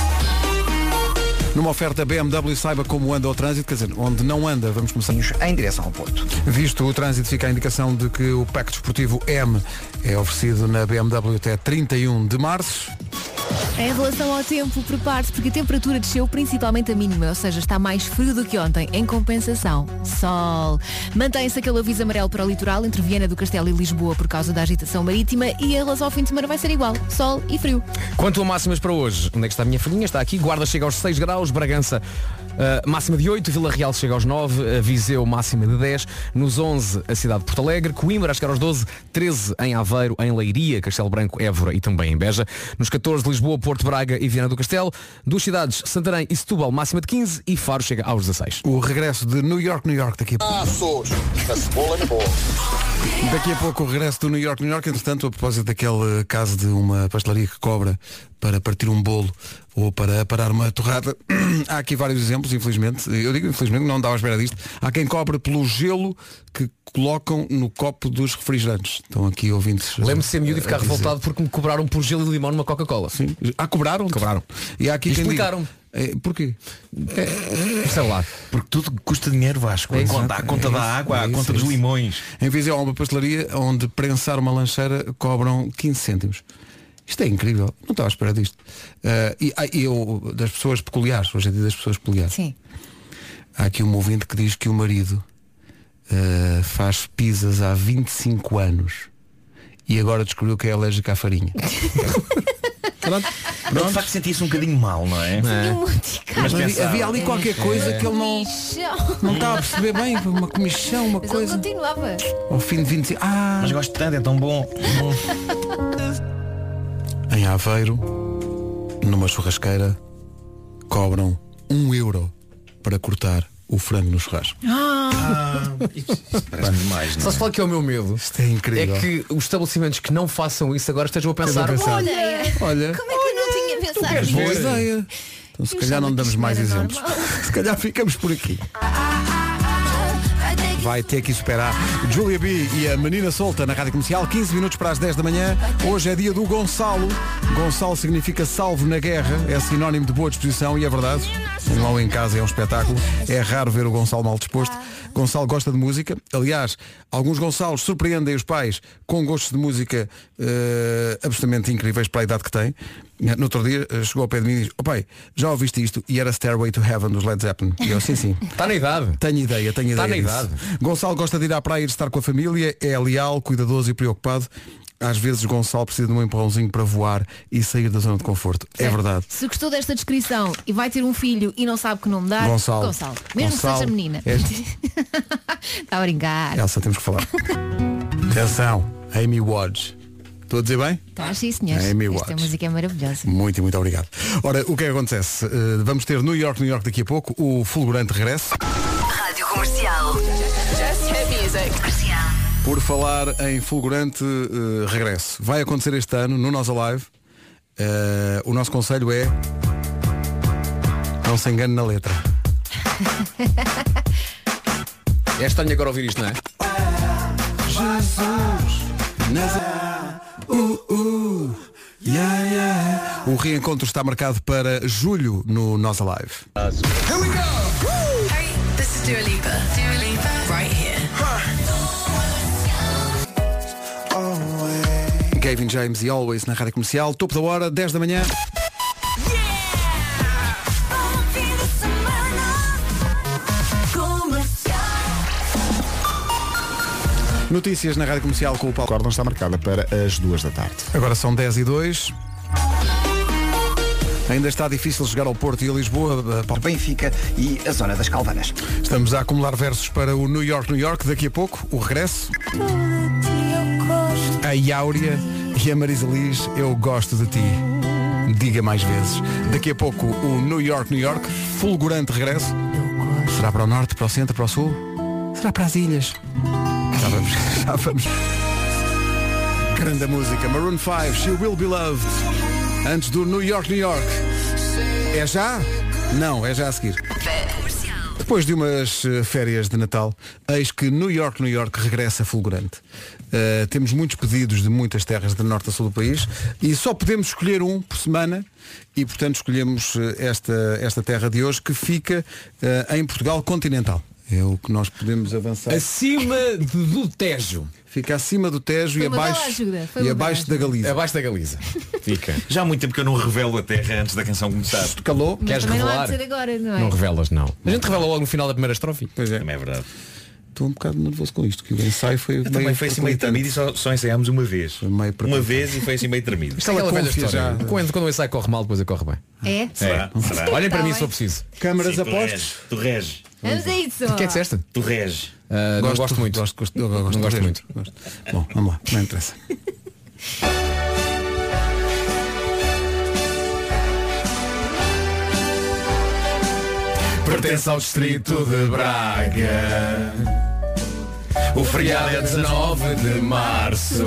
Numa oferta B M W, saiba como anda o trânsito, quer dizer, onde não anda, vamos começar. Em direção ao Porto. Visto o trânsito, fica a indicação de que o pack desportivo M é oferecido na B M W até trinta e um de março. Em relação ao tempo, prepare-se porque a temperatura desceu, principalmente a mínima, ou seja, está mais frio do que ontem. Em compensação, sol. Mantém-se aquele aviso amarelo para o litoral entre Viana do Castelo e Lisboa por causa da agitação marítima e em relação ao fim de semana vai ser igual, sol e frio. Quanto a máximas para hoje, onde é que está a minha folhinha? Está aqui, Guarda chega aos seis graus, Bragança uh, máxima de oito, Vila Real chega aos nove, uh, Viseu máxima de dez, nos onze a cidade de Porto Alegre, Coimbra a chegar aos doze, treze em Aveiro, em Leiria, Castelo Branco, Évora e também em Beja, nos catorze Lisboa, Porto Braga e Viana do Castelo, duas cidades, Santarém e Setúbal máxima de quinze e Faro chega aos dezasseis. O regresso de New York, New York daqui a pouco. Ah, sou a cebola na boa. Daqui a pouco o regresso do New York, New York. Entretanto, a propósito daquele caso de uma pastelaria que cobra para partir um bolo ou para parar uma torrada, há aqui vários exemplos, infelizmente. Eu digo infelizmente, não dava à espera disto. Há quem cobra pelo gelo que colocam no copo dos refrigerantes. Estão aqui ouvintes. Lembro-me de ser miúdo e ficar a dizer. revoltado porque me cobraram por gelo e limão numa Coca-Cola. Sim. Ah, cobraram? Cobraram. E há aqui E quem diga- explicaram. É, porquê? É, sei lá. Porque tudo custa dinheiro, Vasco. É A isso. conta, a conta É da isso, água, é a isso, conta é dos isso. limões. Em Viseu há uma pastelaria onde prensar uma lancheira cobram quinze cêntimos. Isto é incrível. Não estava à espera disto. Uh, e ah, e eu, das pessoas peculiares, hoje é dia das pessoas peculiares. Sim. Há aqui um ouvinte que diz que o marido uh, faz pizzas há vinte e cinco anos e agora descobriu que é alérgico à farinha. Pronto. Não, de facto sentia-se um bocadinho mal, não é? Tinha um monte de Mas Havia, pensava, havia ali qualquer coisa que ele não, Comichão. não estava a perceber bem. Uma comichão, uma Mas ele coisa. continuava. Ao fim de vinte e cinco. Ah! mas gosto tanto, é tão bom. Em Aveiro, numa churrasqueira, cobram um euro para cortar o frango no churrasco. Parece demais, não Só é? se fala que é o meu medo. Isto é incrível. É que os estabelecimentos que não façam isso agora estejam a pensar. Estejam a pensar. Olha, Olha, como é que eu não tinha pensado queres boa nisso? ideia. Então se Eu calhar não achava damos que mais isto era exemplos. normal. Se calhar ficamos por aqui. Vai ter que esperar. Julia B e a Menina Solta na Rádio Comercial, quinze minutos para as dez da manhã. Hoje é dia do Gonçalo. Gonçalo significa salvo na guerra, é sinónimo de boa disposição e é verdade. Lá em casa é um espetáculo. É raro ver o Gonçalo mal disposto. Gonçalo gosta de música. Aliás, alguns Gonçalos surpreendem os pais com gostos de música uh, absolutamente incríveis para a idade que têm. No outro dia uh, chegou ao pé de mim e diz: "Oh pai, já ouviste isto?" E era Stairway to Heaven dos Led Zeppelin. E eu, sim, sim. Está na idade. Tenho ideia, tenho Está ideia. na disso. idade. Gonçalo gosta de ir à praia e de estar com a família, é leal, cuidadoso e preocupado. Às vezes Gonçalo precisa de um empurrãozinho para voar e sair da zona de conforto. É verdade. Se gostou desta descrição e vai ter um filho e não sabe que nome dar, Gonçalo. Gonçalo. Mesmo Gonçalo. que seja menina. É- Está a brincar. Elsa, temos que falar. Atenção, Amy Watts. Estou a dizer bem? Está sim, senhores. Amy Esta Watts. música é maravilhosa. Muito e muito obrigado. Ora, o que é que acontece? Uh, vamos ter New York, New York daqui a pouco. O fulgurante regresso. Rádio Comercial. Just hit music. Comercial. Por falar em fulgurante uh, regresso. Vai acontecer este ano no Nós Alive. Uh, o nosso conselho é: não se engane na letra. É estranho agora ouvir isto, não é? Jesus Nazaré. Uh, uh, yeah, yeah. O reencontro está marcado para julho no Nós Alive. Here we go. Hey, this is Dua Lipa. Dua Lipa, right here. Gavin James e Always na Rádio Comercial. Topo da hora, dez da manhã. Notícias na Rádio Comercial com o Paulo. A corda está marcada para as duas da tarde. Agora são dez e dois. Ainda está difícil chegar ao Porto e a Lisboa. Para Benfica e a zona das Calvanas. Estamos a acumular versos para o New York, New York. Daqui a pouco, o regresso. A Iáurea e a Marisa Liz, eu gosto de ti. Diga mais vezes. Daqui a pouco, o New York, New York. Fulgurante regresso. Será para o norte, para o centro, para o sul? Será para as ilhas? Já vamos, já vamos. Grande música. Maroon cinco, She Will Be Loved. Antes do New York, New York. É já? Não, é já a seguir. Depois de umas uh, férias de Natal, eis que New York, New York regressa fulgurante. Uh, temos muitos pedidos de muitas terras de norte a sul do país e só podemos escolher um por semana e, portanto, escolhemos uh, esta, esta terra de hoje que fica uh, em Portugal continental. É o que nós podemos avançar. Acima de, do Tejo. Fica acima do Tejo e abaixo, e abaixo da Galiza. Abaixo da Galiza. Fica. Já há muito tempo que eu não revelo a terra antes da canção começar. Calou? Mas Queres também revelar? não há de ser agora, não é? Não revelas, não. A gente revela logo no final da primeira estrofe. Pois é. Também é verdade. Estou um bocado nervoso com isto, que o ensaio foi eu meio... também foi assim meio tremido e só, só ensaiámos uma vez. Meio uma vez e foi assim meio tremido. Isto é aquela velha história. Quando, quando o ensaio corre mal, depois ele corre bem. É? Será? É. Será? Olhem para Tá mim bem. se for preciso. Câmaras Sim, tu apostos? reges. Tu reges. Vamos a isso. O que é que disseste? Tu reges. Uh, não gosto muito. Gosto, gosto, gosto, gosto, não gosto mesmo. muito. Gosto. Bom, vamos lá, não interessa. Pertence ao distrito de Braga. O feriado é dezanove de março.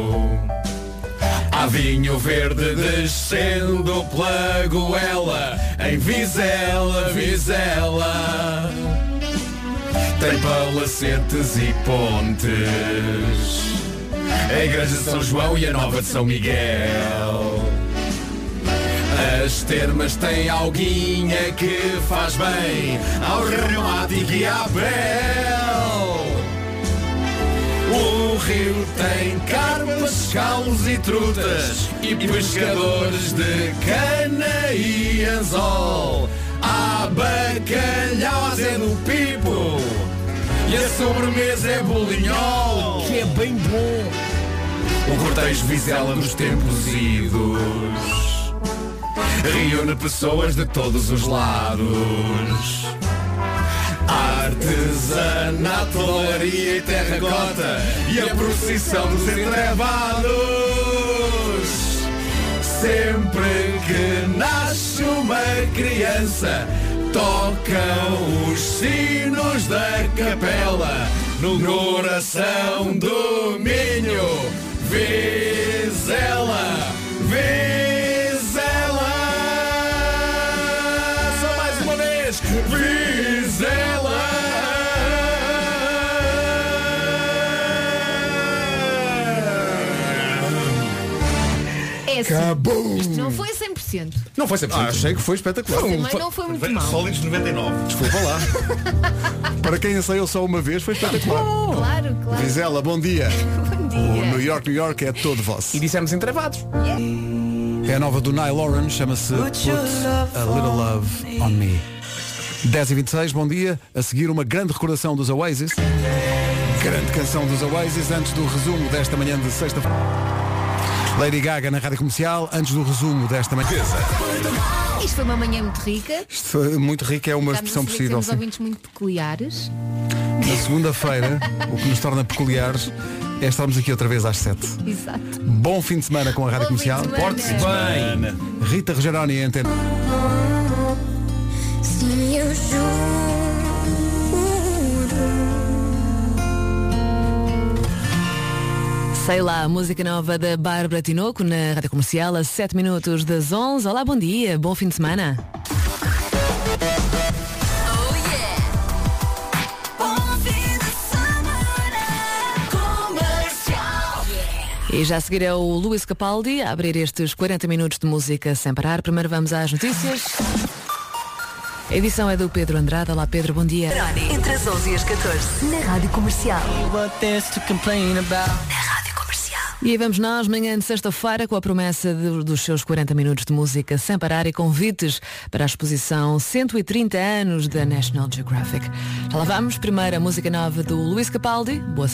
Há vinho verde descendo pela goela. Em Vizela, Vizela. Tem palacetes e pontes. A igreja de São João e a nova de São Miguel. As termas têm alguinha que faz bem ao reumático e à pele. O rio tem carpas, calos e trutas e pescadores de cana e anzol. Há bacalhau é do pipo e a sobremesa é bolinhol, que é bem bom. O cortejo Vizela nos tempos idos reúne pessoas de todos os lados. Artesanato, olaria e terracota e a procissão dos entrevados. Sempre que nasce uma criança, tocam os sinos da capela no coração do Minho. Vizela, Vizela. Só mais uma vez, Vizela. É assim. Acabou. Isto não foi cem por cento. Não foi cem por cento. Ah, achei que foi espetacular. Também não foi muito mal. Sólidos noventa e nove. Desculpa lá. Para quem ensaiou só uma vez, foi espetacular. Claro, claro. Vizela, bom dia. Bom O dia. New York, New York é todo vosso. E dissemos entrevados. É a nova do Nile Orange, chama-se Put a Little Love on Me. dez e vinte e seis, bom dia. A seguir uma grande recordação dos Oasis. Grande canção dos Oasis antes do resumo desta manhã de sexta-feira. Lady Gaga na Rádio Comercial, antes do resumo desta manhã. Isto foi uma manhã muito rica. Isto foi muito rico, é uma Estamos expressão a saber que possível. temos Sim. ouvintes muito peculiares. Na segunda-feira, o que nos torna peculiares é estarmos aqui outra vez às sete. Exato. Bom fim de semana com a Rádio Bom fim de Comercial. semana. Porte-se bem. Rita Rogeroni em antena. Se eu juro. Sei lá, a música nova da Bárbara Tinoco na Rádio Comercial a sete minutos das onze. Olá, bom dia, bom fim de semana. E já a seguir é o Luís Capaldi a abrir estes quarenta minutos de música sem parar. Primeiro vamos às notícias. A edição é do Pedro Andrade. Olá Pedro, bom dia. Entre as onze e as catorze, na Rádio Comercial. Na Rádio Comercial. E aí vamos nós, manhã de sexta-feira, com a promessa de, dos seus quarenta minutos de música sem parar e convites para a exposição cento e trinta anos da National Geographic. Já lá vamos, primeiro a música nova do Luís Capaldi. Boa